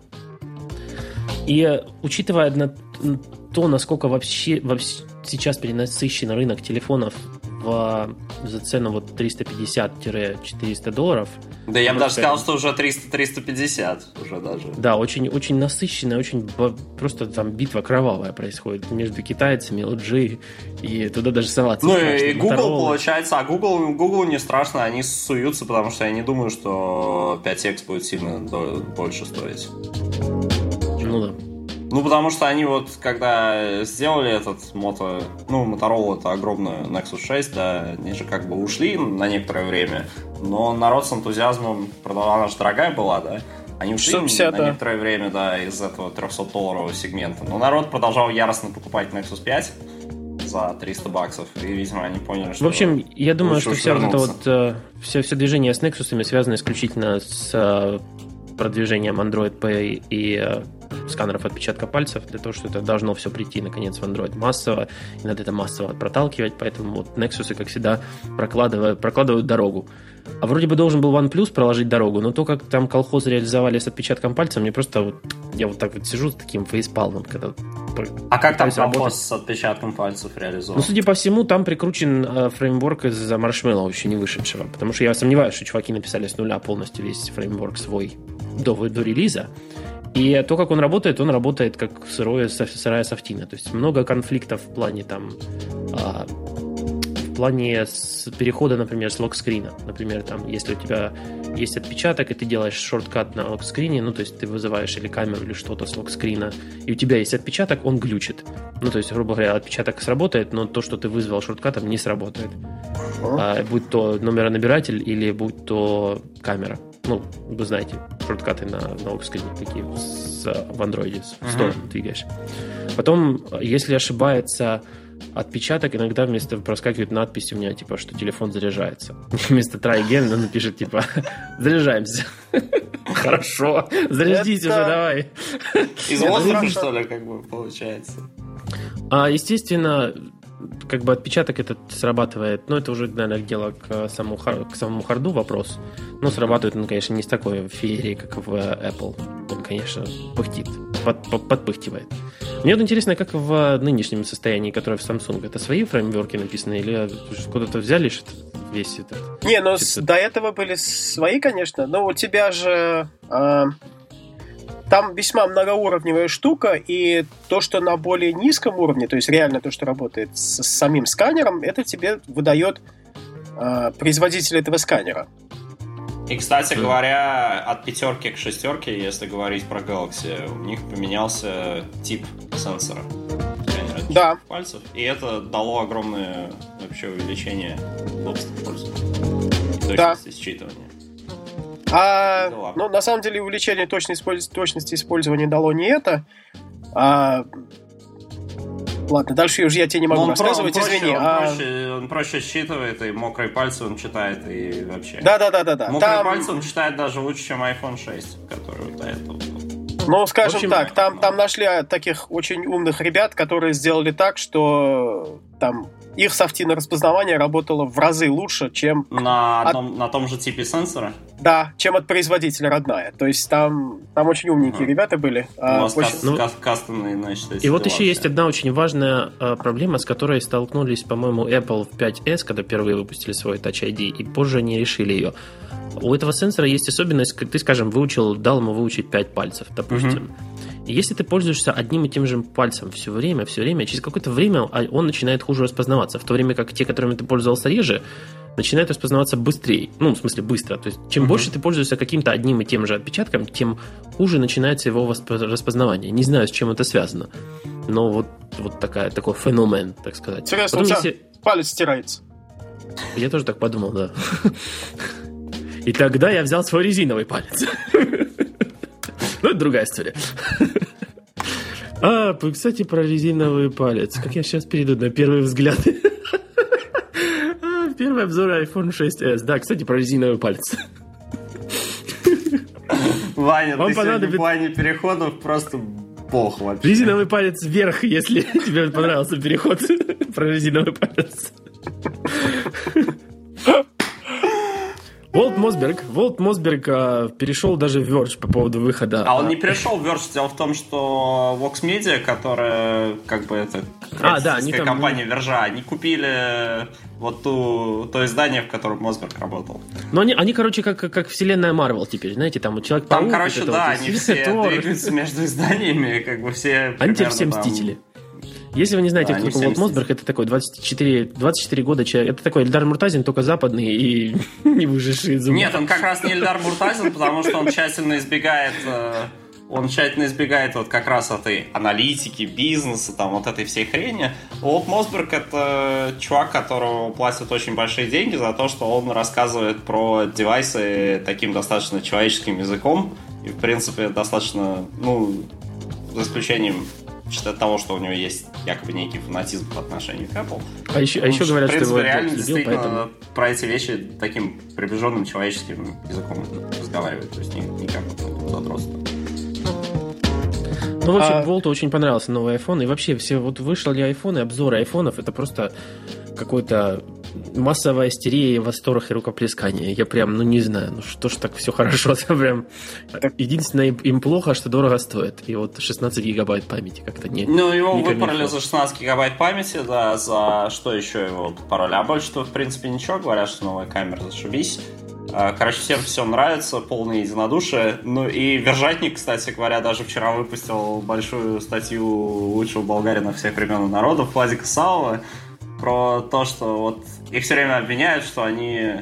И учитывая то, насколько вообще сейчас перенасыщен рынок телефонов за цену вот $350-400. Да, я бы даже сказал, что уже 300-350 уже даже. Да, очень, очень насыщенная, очень просто там битва кровавая происходит между китайцами, LG, и туда даже соваться ну страшно. И Google, получается, а Google не страшно, они суются, потому что я не думаю, что 5X будет сильно больше стоить. Ну да. Ну, потому что они вот, когда сделали этот Motorola, это огромную Nexus 6, да, они же как бы ушли на некоторое время, но народ с энтузиазмом, она же дорогая была, да, они ушли 150, на некоторое время, да, из этого $300 сегмента, но народ продолжал яростно покупать Nexus 5 за $300, и, видимо, они поняли, что... В общем, я думаю, что все движение с Nexus'ами связано исключительно с продвижением Android Pay и сканеров отпечатка пальцев, для того, что это должно все прийти, наконец, в Android массово, и надо это массово проталкивать, поэтому вот Nexus, как всегда, прокладывают дорогу. А вроде бы должен был OnePlus проложить дорогу, но то, как там колхозы реализовали с отпечатком пальца, мне просто я вот так вот сижу с таким фейспалмом, когда... А как там колхоз с отпечатком пальцев реализован? Ну, судя по всему, там прикручен фреймворк из Marshmallow, еще не вышедшего, потому что я сомневаюсь, что чуваки написали с нуля полностью весь фреймворк свой до релиза. И то, как он работает как сырая софтина. То есть много конфликтов в плане перехода, например, с локскрина. Например, там, если у тебя есть отпечаток, и ты делаешь шорткат на локскрине, то есть ты вызываешь или камеру, или что-то с локскрина, и у тебя есть отпечаток, он глючит. То есть, грубо говоря, отпечаток сработает, но то, что ты вызвал шорткатом, не сработает. Будь то номеронабиратель или будь то камера. Вы знаете, шорткаты на локскрине такие в андроиде в сторону двигаешь. Потом, если ошибается отпечаток, иногда вместо проскакивает надпись у меня, типа, что телефон заряжается. Вместо try again он напишет, типа, заряжаемся. Хорошо, зарядитесь уже, давай. Из воздуха, что ли, как бы, получается? Естественно, как бы отпечаток этот срабатывает, это уже, наверное, дело к самому харду вопрос, но срабатывает он, конечно, не с такой феерией, как в Apple. Он, конечно, пыхтит, подпыхтивает. Мне вот интересно, как в нынешнем состоянии, которое в Samsung, это свои фреймворки написаны или куда-то взяли весь этот... Не, до этого были свои, конечно, но у тебя же... Там весьма многоуровневая штука, и то, что на более низком уровне, то есть реально то, что работает с самим сканером, это тебе выдает производитель этого сканера. И, кстати говоря, от 5 к 6, если говорить про Galaxy, у них поменялся тип сенсора. Да. Пальцев, и это дало огромное вообще увеличение удобства пользователя и точности считывания. На самом деле увеличение точности использования дало не это. Ладно, дальше я тебе не могу рассказывать, извини. Он проще считывает, и мокрые пальцы он читает, и вообще. Да. Мокрые пальцы он читает даже лучше, чем iPhone 6, который вот это. Скажем так, там нашли таких очень умных ребят, которые сделали так, что там их софтина распознавания работало в разы лучше, чем... На том же типе сенсора? Да, чем от производителя родная. То есть там очень умненькие ребята были. У вас кастомные, значит, и вот еще есть одна очень важная проблема, с которой столкнулись, по-моему, Apple в 5S, когда впервые выпустили свой Touch ID, и позже они решили ее. У этого сенсора есть особенность, ты, скажем, дал ему выучить 5 пальцев, допустим. И если ты пользуешься одним и тем же пальцем все время, через какое-то время он начинает хуже распознаваться, в то время как те, которыми ты пользовался реже, начинают распознаваться быстрее. Ну, в смысле, быстро. То есть, чем больше ты пользуешься каким-то одним и тем же отпечатком, тем хуже начинается его распознавание. Не знаю, с чем это связано. Но вот такой феномен, так сказать. Интересно, потом, у тебя палец стирается. Я тоже так подумал, да. И тогда я взял свой резиновый палец. Ну, это другая история. Кстати, про резиновый палец. Как я сейчас перейду на первый взгляд. Первый обзор iPhone 6s. Да, кстати, про резиновый палец. Ваня, ты сегодня в плане переходов просто бог вообще. Резиновый палец вверх, если тебе понравился переход про резиновый палец. Волт Мосберг перешел даже в Verge по поводу выхода. А он не перешел в Verge. Дело в том, что Vox Media, которая как бы это компания Verge, они купили вот то издание, в котором Мосберг работал. Но они короче, как вселенная Марвел теперь, знаете, там Человек-паук. Там, короче, да, они все двигаются между изданиями, как бы все. Они теперь все мстители. Если вы не знаете, кто такой Волт Мосберг, это такой 24 года человек. Это такой Эльдар Муртазин, только западный и не выживший из ума. Нет, он как раз не Эльдар Муртазин, потому что он тщательно избегает вот как раз этой аналитики, бизнеса, там вот этой всей хрени. Волт Мосберг — это чувак, которому платят очень большие деньги за то, что он рассказывает про девайсы таким достаточно человеческим языком. И, в принципе, достаточно, за исключением от того, что у него есть якобы некий фанатизм по отношению к Apple. А еще говорят, в принципе, что его реально любил, действительно поэтому... про эти вещи таким приближенным человеческим языком разговаривают. То есть никак задротство. Ну, в общем, Волту очень понравился новый iPhone. И вообще, все вот вышли айфоны, обзоры айфонов, это просто какой-то массовая истерия, восторг и рукоплескание. Я прям, не знаю, что ж так все хорошо. Прям... Единственное, им плохо, что дорого стоит. И вот 16 гигабайт памяти как-то не... его выпороли за 16 гигабайт памяти, да, за что еще его пароли? А больше-то, в принципе, ничего. Говорят, что новая камера, зашибись. Короче, всем все нравится, полное единодушие. Ну и Вержатник, кстати говоря, даже вчера выпустил большую статью лучшего болгарина всех времен и народов Владика Савова про то, что вот их все время обвиняют, что они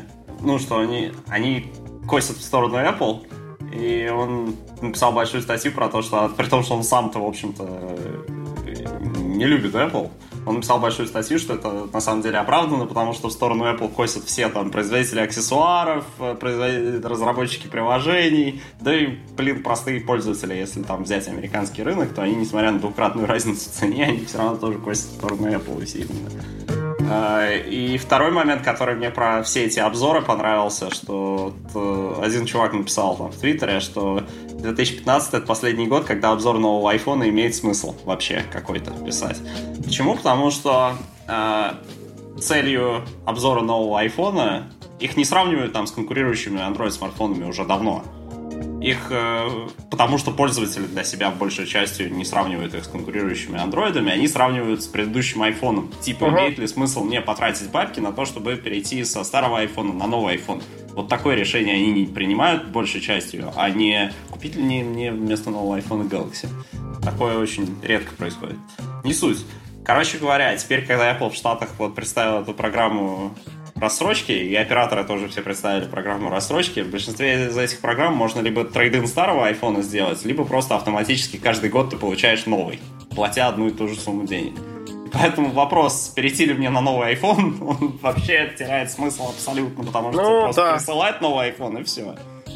косят в сторону Apple. И он написал большую статью про то, что при том, что он сам-то, в общем-то, не любит Apple, он написал большую статью, что это на самом деле оправдано, потому что в сторону Apple косят все там производители аксессуаров, разработчики приложений, да и, простые пользователи. Если там взять американский рынок, то они, несмотря на двукратную разницу в цене, они все равно тоже косят в сторону Apple сильно. И второй момент, который мне про все эти обзоры понравился, что один чувак написал там в Твиттере, что 2015 это последний год, когда обзор нового айфона имеет смысл вообще какой-то писать. Почему? Потому что целью обзора нового айфона их не сравнивают там с конкурирующими Android-смартфонами уже давно. Потому что пользователи для себя большей частью не сравнивают их с конкурирующими андроидами, они сравнивают с предыдущим айфоном. Типа, имеет ли смысл мне потратить бабки на то, чтобы перейти со старого айфона на новый айфон? Вот такое решение они не принимают большей частью, а не купить ли мне вместо нового айфона Galaxy. Такое очень редко происходит. Не суть. Короче говоря, теперь, когда Apple в Штатах представил эту программу рассрочки, и операторы тоже все представили программу рассрочки, в большинстве из этих программ можно либо трейд-ин старого айфона сделать, либо просто автоматически каждый год ты получаешь новый, платя одну и ту же сумму денег. Поэтому вопрос, перейти ли мне на новый iPhone, он вообще теряет смысл абсолютно, потому что просто присылать новый iPhone и все.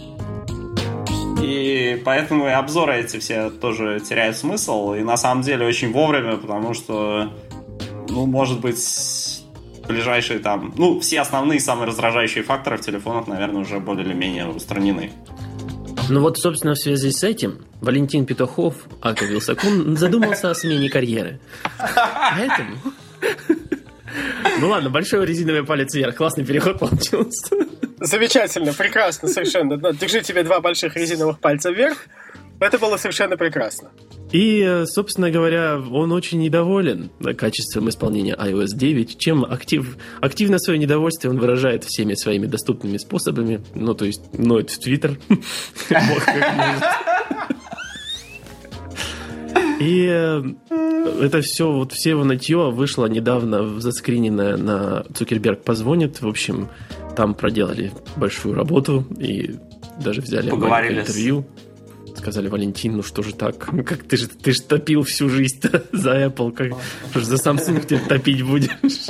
И поэтому и обзоры эти все тоже теряют смысл, и на самом деле очень вовремя, потому что, может быть, ближайшие там... все основные, самые раздражающие факторы в телефонах, наверное, уже более или менее устранены. Собственно, в связи с этим Валентин Петухов, ака Вилсаком, задумался о смене карьеры. Поэтому... ладно, большой резиновый палец вверх. Классный переход получился. Замечательно, прекрасно, совершенно. Держи тебе 2 больших резиновых пальца вверх. Это было совершенно прекрасно. И, собственно говоря, он очень недоволен качеством исполнения iOS 9, чем активно свое недовольствие он выражает всеми своими доступными способами. То есть, ноет в Твиттер. И это все, вот все его нытье вышло недавно заскриненное на «Цукерберг позвонит». В общем, там проделали большую работу и даже взяли интервью. Сказали: Валентин, ну что же так? Как ты же топил всю жизнь за Apple, что же за Samsung теперь топить будешь?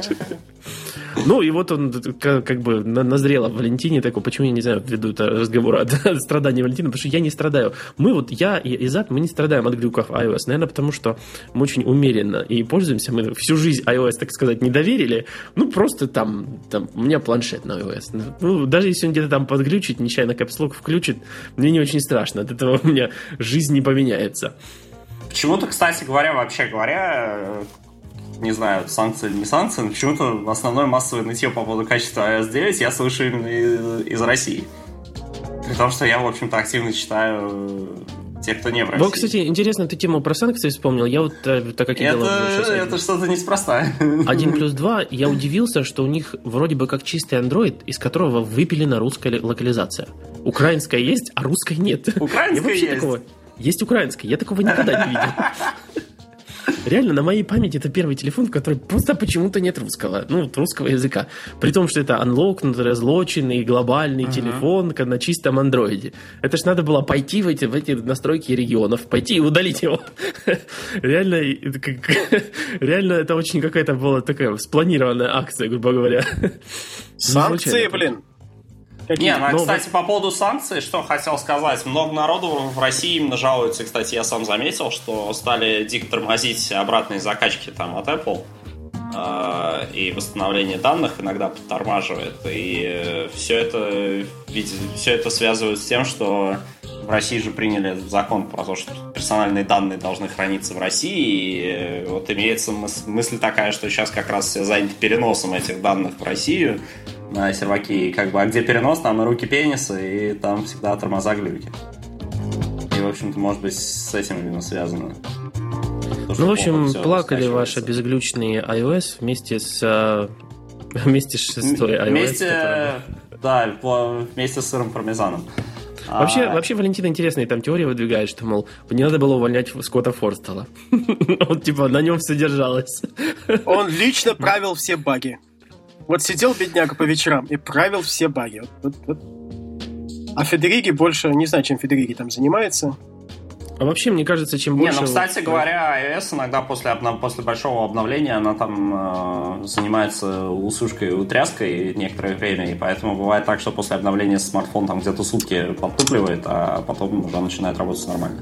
Ну, и вот он как бы назрел в Валентине такой, почему я не знаю, веду это разговор о страдании Валентина, потому что я не страдаю. Я и Изат, мы не страдаем от глюков iOS, наверное, потому что мы очень умеренно и пользуемся. Мы всю жизнь iOS, так сказать, не доверили. Ну, просто там у меня планшет на iOS. Ну, даже если он где-то там подглючит, нечаянно Caps Lock включит, мне не очень страшно. От этого у меня жизнь не поменяется. Почему-то, кстати говоря, вообще говоря, не знаю, санкции или не санкции, но почему-то основное массовое нытье по поводу качества iOS 9 я слышу именно из России. При том, что я, в общем-то, активно читаю тех, кто не в России. Вот, кстати, интересно, ты тему про санкции вспомнил. Я вот, так как я делал... Это что-то неспроста. 1+2, я удивился, что у них вроде бы как чистый Android, из которого выпилена русская локализация. Украинская есть, а русской нет. Украинская есть? Есть украинская, я такого никогда не видел. Реально, на моей памяти это первый телефон, в котором просто почему-то нет русского, русского языка. При том, что это unlocked, разлоченный, глобальный телефон на чистом андроиде. Это ж надо было пойти в эти настройки регионов, пойти и удалить его. Реально, это очень какая-то была такая спланированная акция, грубо говоря. Санкции, блин. Кстати, по поводу санкций, что хотел сказать. Много народу в России именно жалуется. Кстати, я сам заметил, что стали дико тормозить обратные закачки там от Apple. И восстановление данных иногда подтормаживает. И все это связывают с тем, что в России же приняли закон про то, что персональные данные должны храниться в России. И вот имеется мысль такая, что сейчас как раз все заняты переносом этих данных в Россию на серваки. А где перенос, там и руки пениса, и там всегда тормоза глюки. И, в общем-то, может быть, с этим именно связано. В общем, плакали ваши безглючные iOS вместе с шестой iOS. Вместе с сырым пармезаном. Вообще, Валентин интересные там теории выдвигает, что, мол, не надо было увольнять Скотта Форстелла. Он, на нем все держалось. Он лично правил все баги. Вот сидел бедняга по вечерам и правил все баги. Вот. А Федериги больше, не знаю, чем Федериги там занимается. А вообще, мне кажется, чем больше... кстати говоря, iOS иногда после большого обновления она там занимается усушкой и утряской некоторое время, и поэтому бывает так, что после обновления смартфон там где-то сутки подтупливает, а потом уже начинает работать нормально.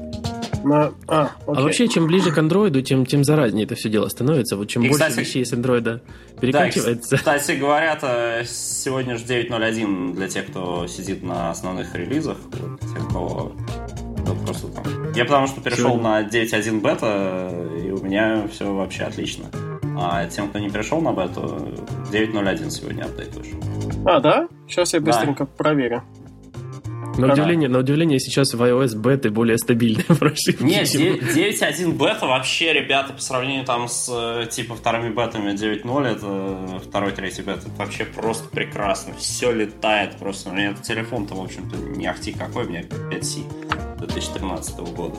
А вообще, чем ближе к андроиду, тем заразнее это все дело становится. Вот чем больше вещей с андроида перекачивается. Да, кстати говоря, сегодня же 9.0.1 для тех, кто сидит на основных релизах, для тех, кого просто там. Я потому что перешел на 9.1 бета, и у меня все вообще отлично. А тем, кто не перешел на бету, 9.0.1 сегодня апдейт вышел. Да? Сейчас я быстренько проверю. На удивление, сейчас в iOS беты более стабильные прошивки. Нет, 9.1 бета вообще, ребята, по сравнению там с вторыми бетами 9.0, это второй, третий бета, это вообще просто прекрасно. Все летает просто. У меня телефон-то, в общем-то, не ахти какой, у меня 5C 2013 года.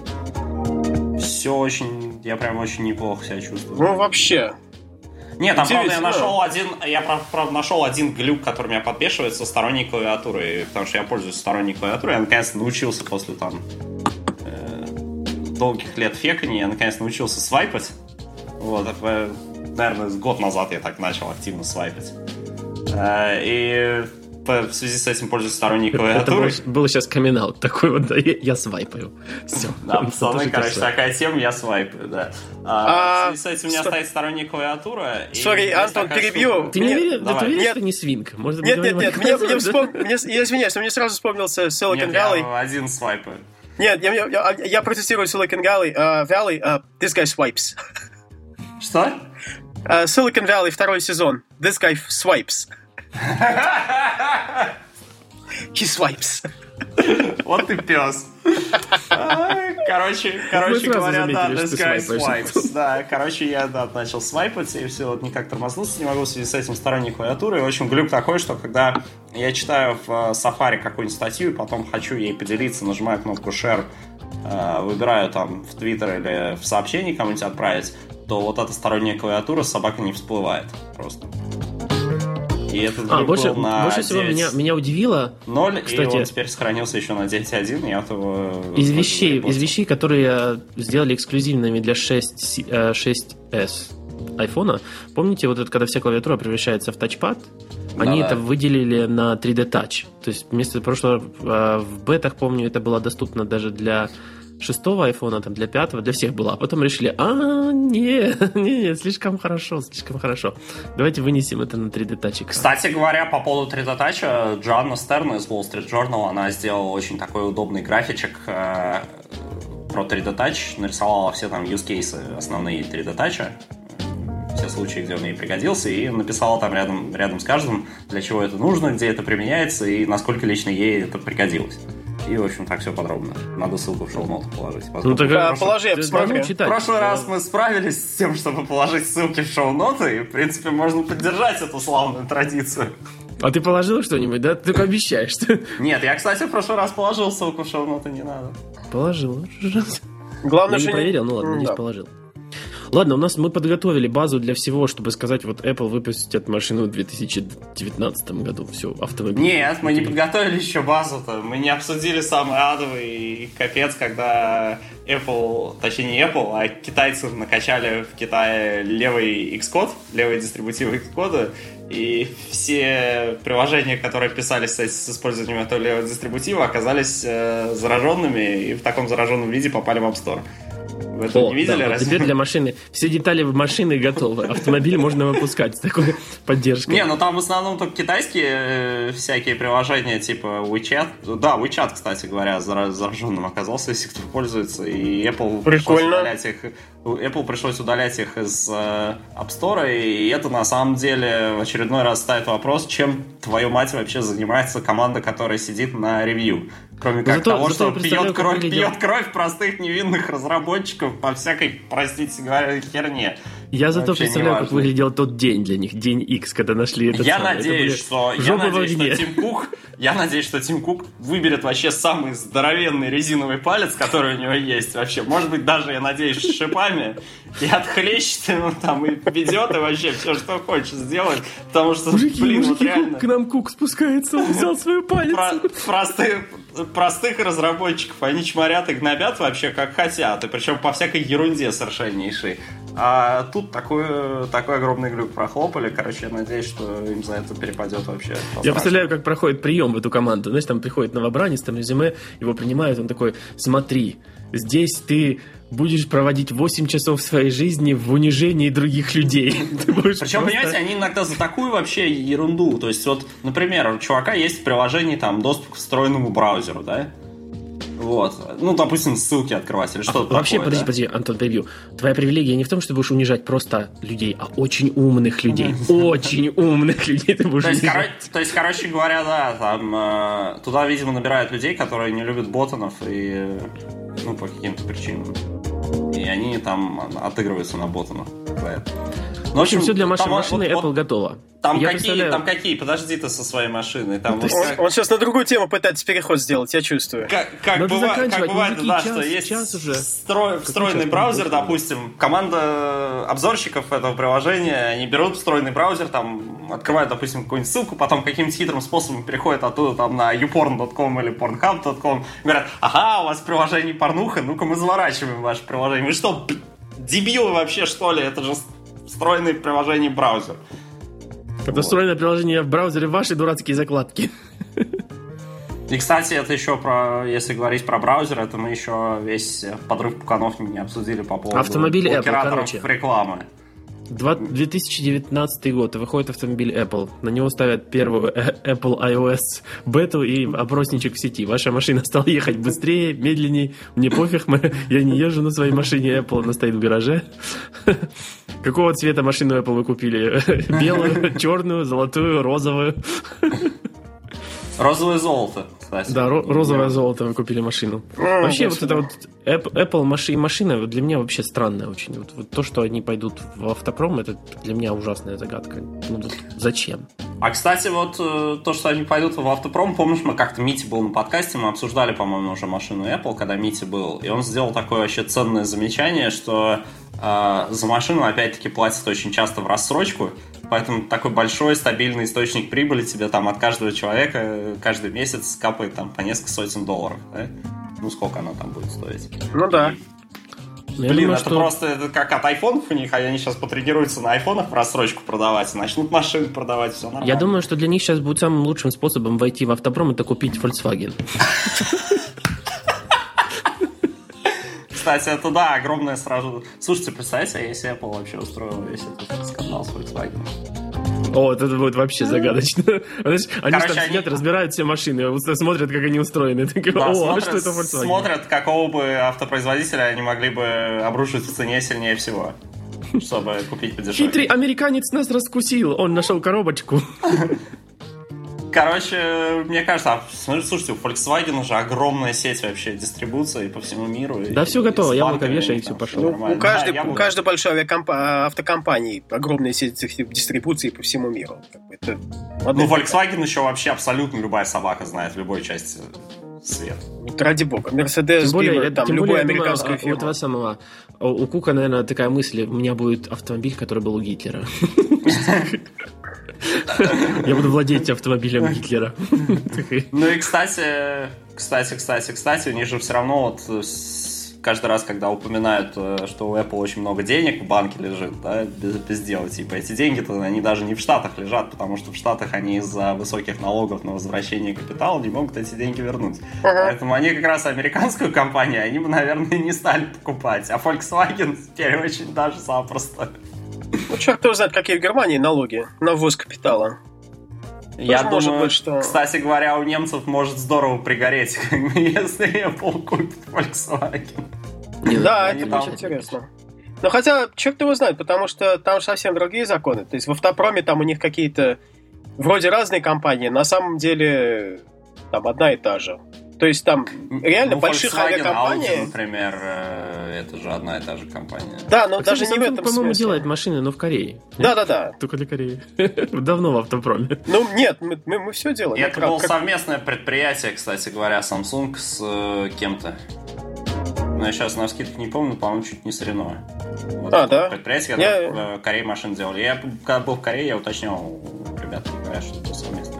Все очень, я прям очень неплохо себя чувствую. Вообще... Нет, там, правда, я нашел один глюк, который меня подбешивает со сторонней клавиатурой, потому что я пользуюсь сторонней клавиатурой, я наконец научился после долгих лет фекания, я наконец научился свайпать. Вот, наверное, год назад я так начал активно свайпать. И в связи с этим пользуюсь сторонней клавиатурой. Это был сейчас камин-аут такой вот, да, я свайпаю. Все. Да, пацаны, такая тема, я свайпаю, да. В связи с этим у меня стоит сторонняя клавиатура. Сори, Антон, перебью. Ты не уверен, что это не свинг? Нет, я извиняюсь, мне сразу вспомнился Silicon Valley. Я один свайпаю. Нет, я протестирую Silicon Valley. This guy swipes. Что? Silicon Valley, второй сезон. This guy swipes. He swipes. Вот ты пес. Короче говоря, да, this guy swipes. Да, я начал свайпать, и все, вот никак тормознулся не могу в связи с этим сторонней клавиатурой. И, в общем, глюк такой, что когда я читаю в Safari какую-нибудь статью, и потом хочу ей поделиться, нажимаю кнопку Share выбираю там в Твиттер или в сообщении кому-нибудь отправить, то вот эта сторонняя клавиатура собака не всплывает просто. И этот глюк больше на всего меня удивило, 0, кстати, и он теперь сохранился еще на 9.1, я этого... Из вещей, которые сделали эксклюзивными для 6s айфона, помните, вот это, когда вся клавиатура превращается в тачпад, они это выделили на 3D Touch. То есть вместо прошлого в бетах, помню, это было доступно даже для 6-го айфона, там, для 5-го, для всех было. А потом решили, нет, слишком хорошо. Давайте вынесем это на 3D Touch. Кстати говоря, по поводу 3D Touch, Джоанна Стерн из Wall Street Journal, она сделала очень такой удобный графичек про 3D Touch, нарисовала все там use-кейсы основные 3D Touch, все случаи, где он ей пригодился, и написала там рядом с каждым, для чего это нужно, где это применяется и насколько лично ей это пригодилось. И, в общем, так все подробно. Надо ссылку в шоу-ноты положить. Положи, я посмотрю. В прошлый раз мы справились с тем, чтобы положить ссылки в шоу-ноты, и, в принципе, можно поддержать эту славную традицию. А ты положил что-нибудь, да? Ты только обещаешь. Нет, я, кстати, в прошлый раз положил ссылку в шоу-ноты, не надо. Положил. Главное, я не проверил, ну ладно, надеюсь, положил. Ладно, мы подготовили базу для всего, чтобы сказать, вот Apple выпустит машину в 2019 году. Все, автомобиль. Нет, мы не подготовили еще базу-то. Мы не обсудили самый адовый капец, когда Apple, точнее не Apple, а китайцы накачали в Китае левый Xcode, левые дистрибутивы Xcode, и все приложения, которые писались с использованием этого левого дистрибутива, оказались зараженными и в таком зараженном виде попали в App Store. Вы это не видели? Да, теперь для машины все детали машины готовы. Автомобиль можно выпускать с такой поддержкой. Не, ну там в основном только китайские всякие приложения, типа WeChat. Да, WeChat, кстати говоря, зараженным оказался, если кто пользуется. И Apple пришлось удалять их из App Store. И это на самом деле в очередной раз ставит вопрос, чем, твою мать, вообще занимается команда, которая сидит на ревью. Кроме как того, что пьет кровь простых невинных разработчиков по всякой, простите говоря, херне. Я зато представляю, как выглядел тот день для них, день X, когда нашли этот Я надеюсь, что Тим Кук выберет вообще самый здоровенный резиновый палец, который у него есть вообще. Может быть, даже, я надеюсь, с шипами. И отхлещет ему там, и ведет, и вообще все, что хочет сделать. Потому что, мужики, вот реально... К нам Кук спускается, он взял свою палец. Простых разработчиков, они чморят и гнобят вообще как хотят. И причем по всякой ерунде совершеннейшей. А тут такой огромный глюк прохлопали. Короче, я надеюсь, что им за это перепадет вообще. Я представляю, как проходит прием в эту команду. Знаешь, там приходит новобранец, там резюме, его принимают, он такой: смотри, здесь ты будешь проводить 8 часов своей жизни в унижении других людей. Причем, понимаете, они иногда за такую вообще ерунду. То есть, вот, например, у чувака есть в приложении там доступ к встроенному браузеру, да? Вот. Ну, допустим, ссылки открывать или что-то вообще, такое. Подожди, Антон, перебью. Твоя привилегия не в том, что ты будешь унижать просто людей, а очень умных людей. Очень умных людей ты будешь унижать. То есть, короче говоря, да, там туда, видимо, набирают людей, которые не любят ботанов и, ну, по каким-то причинам. И они там отыгрываются на ботанах. В общем, все для машины Apple готово. Там какие? Подожди ты со своей машиной. Там он сейчас на другую тему пытается переход сделать, я чувствую. Как бывает, да, что есть встроенный браузер, допустим, команда обзорщиков этого приложения, они берут встроенный браузер, там открывают, допустим, какую-нибудь ссылку, потом каким-то хитрым способом переходят оттуда там на youporn.com или pornhub.com, говорят: ага, у вас в приложении порнуха, ну-ка мы заворачиваем ваше приложение. Вы что, дебилы вообще, что ли? Это же встроенное приложение браузер. Это встроенное приложение в браузере, ваши дурацкие закладки. И, кстати, это еще про, если говорить про браузер, это мы еще весь подрыв пуканов не обсудили по поводу автомобиль блокираторов рекламы. 2019 год, выходит автомобиль Apple. На него ставят первую Apple iOS бету и опросничек в сети. Ваша машина стала ехать быстрее, медленнее. Мне пофиг, я не езжу на своей машине Apple, она стоит в гараже. Какого цвета машину Apple вы купили? Белую, черную, золотую, розовую? Розовое золото, кстати. Да, розовое золото вы купили машину. Вообще, вот это вот Apple машина для меня вообще странная очень. Вот то, что они пойдут в автопром, это для меня ужасная загадка. Ну, вот зачем? А, кстати, вот то, что они пойдут в автопром, помнишь, мы как-то Мити был на подкасте, мы обсуждали, по-моему, уже машину Apple, когда Мити был, и он сделал такое вообще ценное замечание, что за машину, опять-таки, платят очень часто в рассрочку, поэтому такой большой стабильный источник прибыли тебе там от каждого человека каждый месяц капает там по несколько сотен долларов, да? Ну, сколько оно там будет стоить? Ну да. Блин, думаю, это просто это как от айфонов у них, а они сейчас потренируются на айфонах в рассрочку продавать, и начнут машины продавать, все нормально. Я думаю, что для них сейчас будет самым лучшим способом войти в автопром это купить Volkswagen. Кстати, это да, огромное сразу... Слушайте, представьте, если Apple вообще устроил весь этот скандал с Volkswagen. О, это будет вообще загадочно. Они там сидят, разбирают все машины, смотрят, как они устроены. О, а что это Volkswagen? Смотрят, какого бы автопроизводителя они могли бы обрушить в цене сильнее всего, чтобы купить подешевле. Хитрый американец нас раскусил, он нашел коробочку. Короче, мне кажется, слушайте, у Volkswagen уже огромная сеть вообще дистрибуции по всему миру. Да, все готово, яблоко вешай, и все пошло. У каждой большой автокомпании огромная сеть дистрибуции по всему миру. Ну, Volkswagen еще вообще абсолютно любая собака знает в любой части света. Ради бога. Мерседес, там любой американская фирма. У этого самого, у Кука, наверное, такая мысль, у меня будет автомобиль, который был у Гитлера. Я буду владеть автомобилем Гитлера. Ну и, кстати, у них же все равно вот каждый раз, когда упоминают, что у Apple очень много денег в банке лежит, да, без дела, типа, эти деньги-то, они даже не в Штатах лежат, потому что в Штатах они из-за высоких налогов на возвращение капитала не могут эти деньги вернуть. Поэтому они как раз американскую компанию, они бы, наверное, не стали покупать, а Volkswagen теперь очень даже запросто. Ну, черт его знает, какие в Германии налоги на ввоз капитала. Я думаю, что... Кстати говоря, у немцев может здорово пригореть, если Apple купит Volkswagen. Да, это очень интересно. Но хотя, черт его знает, потому что там совсем другие законы. То есть в автопроме там у них какие-то вроде разные компании, на самом деле там одна и та же. То есть там реально больших авиакомпаний... Audi, например, это же одна и та же компания. Да, но даже не в этом смысле. По-моему, делает машины, но в Корее. Да. Только для Кореи. Давно в автопроме. Ну, нет, мы все делаем. Это было совместное предприятие, кстати говоря, Samsung с кем-то. Но я сейчас на вскидку не помню, по-моему, чуть не с Renault. Вот да? Предприятие, которое в Корее машин делали. Я, когда был в Корее, я уточнял у ребят, говорят, что это совместное.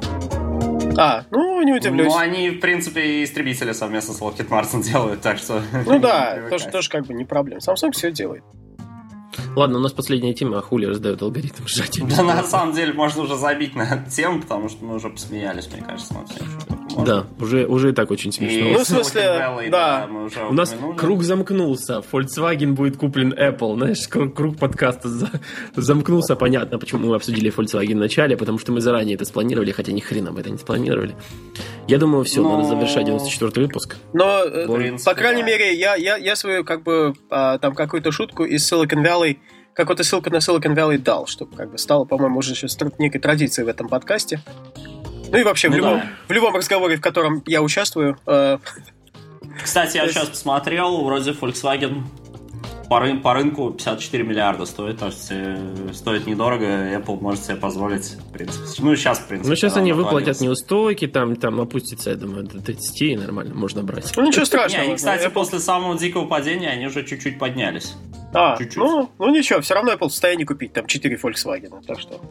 Ну, не удивлюсь. Ну, они, в принципе, истребители совместно с Lockheed Martin делают, так что... Ну да, тоже как бы не проблема. Samsung все делает. Ладно, у нас последняя тема, а хули раздает алгоритм сжатия. Да, на самом деле, можно уже забить на эту тему, потому что мы уже посмеялись, мне кажется, над всем. Да, уже и так очень смешно. Ну, в смысле, да. У нас круг замкнулся. Volkswagen будет куплен Apple. Знаешь, круг подкаста замкнулся. Понятно, почему мы обсудили Volkswagen в начале, потому что мы заранее это спланировали, хотя ни хрена мы это не спланировали. Я думаю, все, надо завершать 94-й выпуск. Но, по крайней мере, я свою, как бы, там, какую-то шутку из Silicon Valley, какую-то ссылку на Silicon Valley дал, чтобы, как бы, стало, по-моему, уже сейчас некой традицией в этом подкасте. Ну и вообще, в любом разговоре, в котором я участвую. Кстати, я сейчас посмотрел, вроде Volkswagen по рынку 54 миллиарда стоит, то есть стоит недорого, Apple может себе позволить, в принципе. Ну, сейчас, в принципе. Ну, сейчас они выплатят неустойки, там опустится, я думаю, до 30, и нормально, можно брать. Ну, ничего страшного. Они, кстати, после самого дикого падения, они уже чуть-чуть поднялись. Чуть-чуть. Ну, ничего, все равно Apple в состоянии купить там 4 Volkswagen, так что...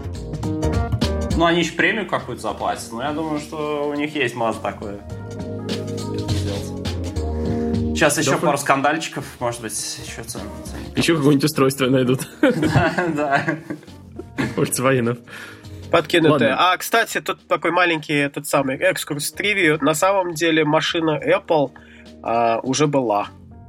Ну, они еще премию какую-то заплатят. Но я думаю, что у них есть маза такое. Сейчас еще пару скандальчиков, может быть, еще цены. Еще какое-нибудь устройство найдут. Да. Volkswagen. Подкинутые. А, кстати, тут такой маленький этот самый экскурс тривию. На самом деле машина Apple уже была.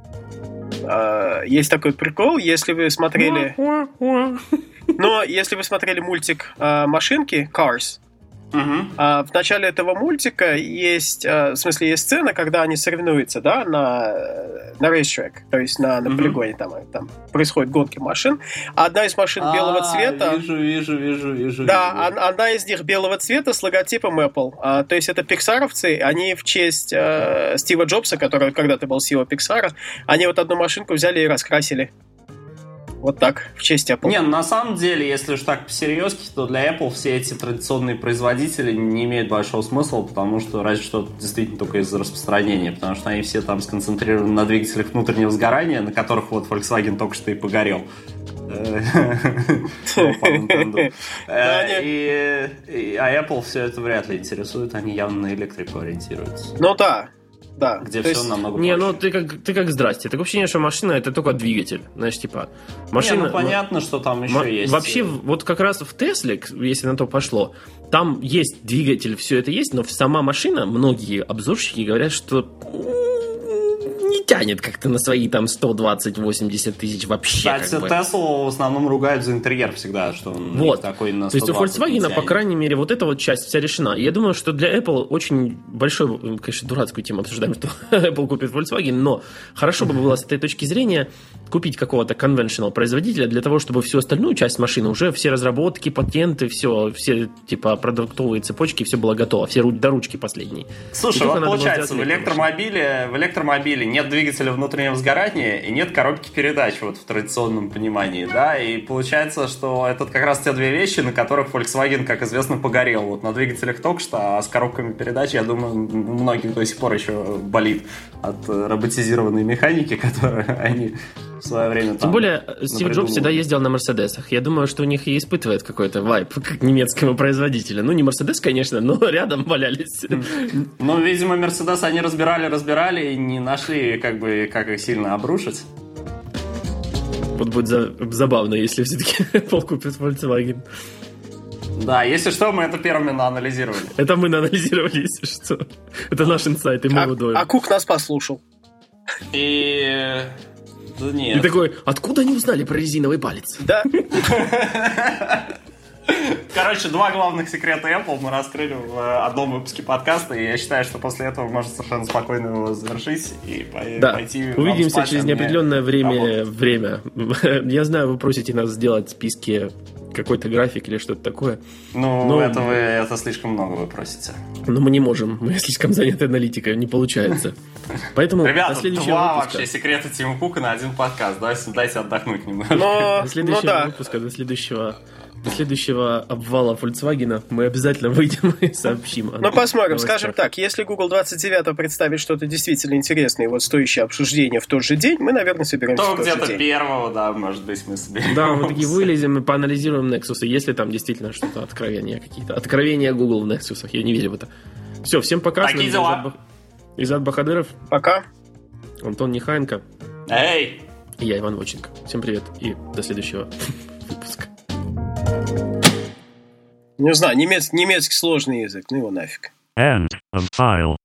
Есть такой прикол, если вы смотрели... Но если вы смотрели мультик «Машинки», Cars, в начале этого мультика есть, в смысле, есть сцена, когда они соревнуются, да, на racetrack, то есть на полигоне, там происходят гонки машин. Одна из машин белого цвета... Вижу. Да, одна из них белого цвета с логотипом Apple. То есть это пиксаровцы, они в честь Стива Джобса, который когда-то был CEO Pixar, они вот одну машинку взяли и раскрасили. Вот так, в честь Apple. Не, на самом деле, если уж так по-серьезки, то для Apple все эти традиционные производители не имеют большого смысла, потому что разве что действительно только из-за распространения, потому что они все там сконцентрированы на двигателях внутреннего сгорания, на которых вот Volkswagen только что и погорел. А Apple все это вряд ли интересует, они явно на электрику ориентируются. Ну да. Да. Где все намного проще. Не, ну ты как здрасте. Такое ощущение, что машина это только двигатель. Знаешь, типа машина. Не, ну понятно, что там еще есть. Вообще, вот как раз в Тесле, если на то пошло, там есть двигатель, все это есть, но сама машина, многие обзорщики говорят, что не тянет как-то на свои там 120-80 тысяч вообще. Кстати, Теслу в основном ругают за интерьер всегда, что он вот. Такой на 120. То есть у Volkswagen, по крайней мере, вот эта вот часть вся решена. И я думаю, что для Apple очень большой, конечно, дурацкую тему обсуждаем, что Apple купит Volkswagen, но хорошо бы было с этой точки зрения купить какого-то conventional производителя для того, чтобы всю остальную часть машины, уже все разработки, патенты, все типа продуктовые цепочки, все было готово, все до ручки последней. Слушай, вот получается, в электромобиле нет двигателя внутреннего сгорания и нет коробки передач вот в традиционном понимании, да, и получается, что это как раз те две вещи, на которых Volkswagen, как известно, погорел. Вот на двигателях только что, а с коробками передач, я думаю, у многих до сих пор еще болит от роботизированной механики, которую они в свое время там... Тем более, Стив Джобс всегда ездил на Мерседесах. Я думаю, что у них и испытывает какой-то вайб к немецкому производителю. Ну, не Мерседес, конечно, но рядом валялись. Ну, видимо, Мерседес они разбирали и не нашли, как их сильно обрушить. Вот будет забавно, если все-таки Apple купит Volkswagen. Да, если что, мы это первыми наанализировали. Это мы наанализировали, если что. Это наш инсайт, и мы его доим. А Кук нас послушал. Да нет. И такой, откуда они узнали про резиновый палец? Да. Короче, два главных секрета Apple мы раскрыли в одном выпуске подкаста, и я считаю, что после этого можно совершенно спокойно его завершить и пойти... Увидимся через неопределенное время. Я знаю, вы просите нас сделать списки, какой-то график или что-то такое. Это слишком много вы просите. Но мы не можем, мы слишком заняты аналитикой, не получается. Поэтому ребята, до следующего два выпуска... вообще секрета Тима Кука на один подкаст. Дайте отдохнуть немного. До следующего выпуска, до следующего обвала Volkswagen мы обязательно выйдем и сообщим. Ну, посмотрим. Скажем так, если Google 29-го представит что-то действительно интересное и вот стоящее обсуждения в тот же день, мы, наверное, соберемся в тот же день. То где-то первого, да, может быть, мы соберемся. Да, мы такие вылезем и поанализируем Nexus, если там действительно что-то откровения Google в Nexus. Я не верю в это. Все, всем пока. Такие дела. Изат Бахадыров. Пока. Антон Нехаенко. Эй! И я, Иван Воченко. Всем привет и до следующего выпуска. Не знаю, немецкий сложный язык, ну его нафиг. End of file.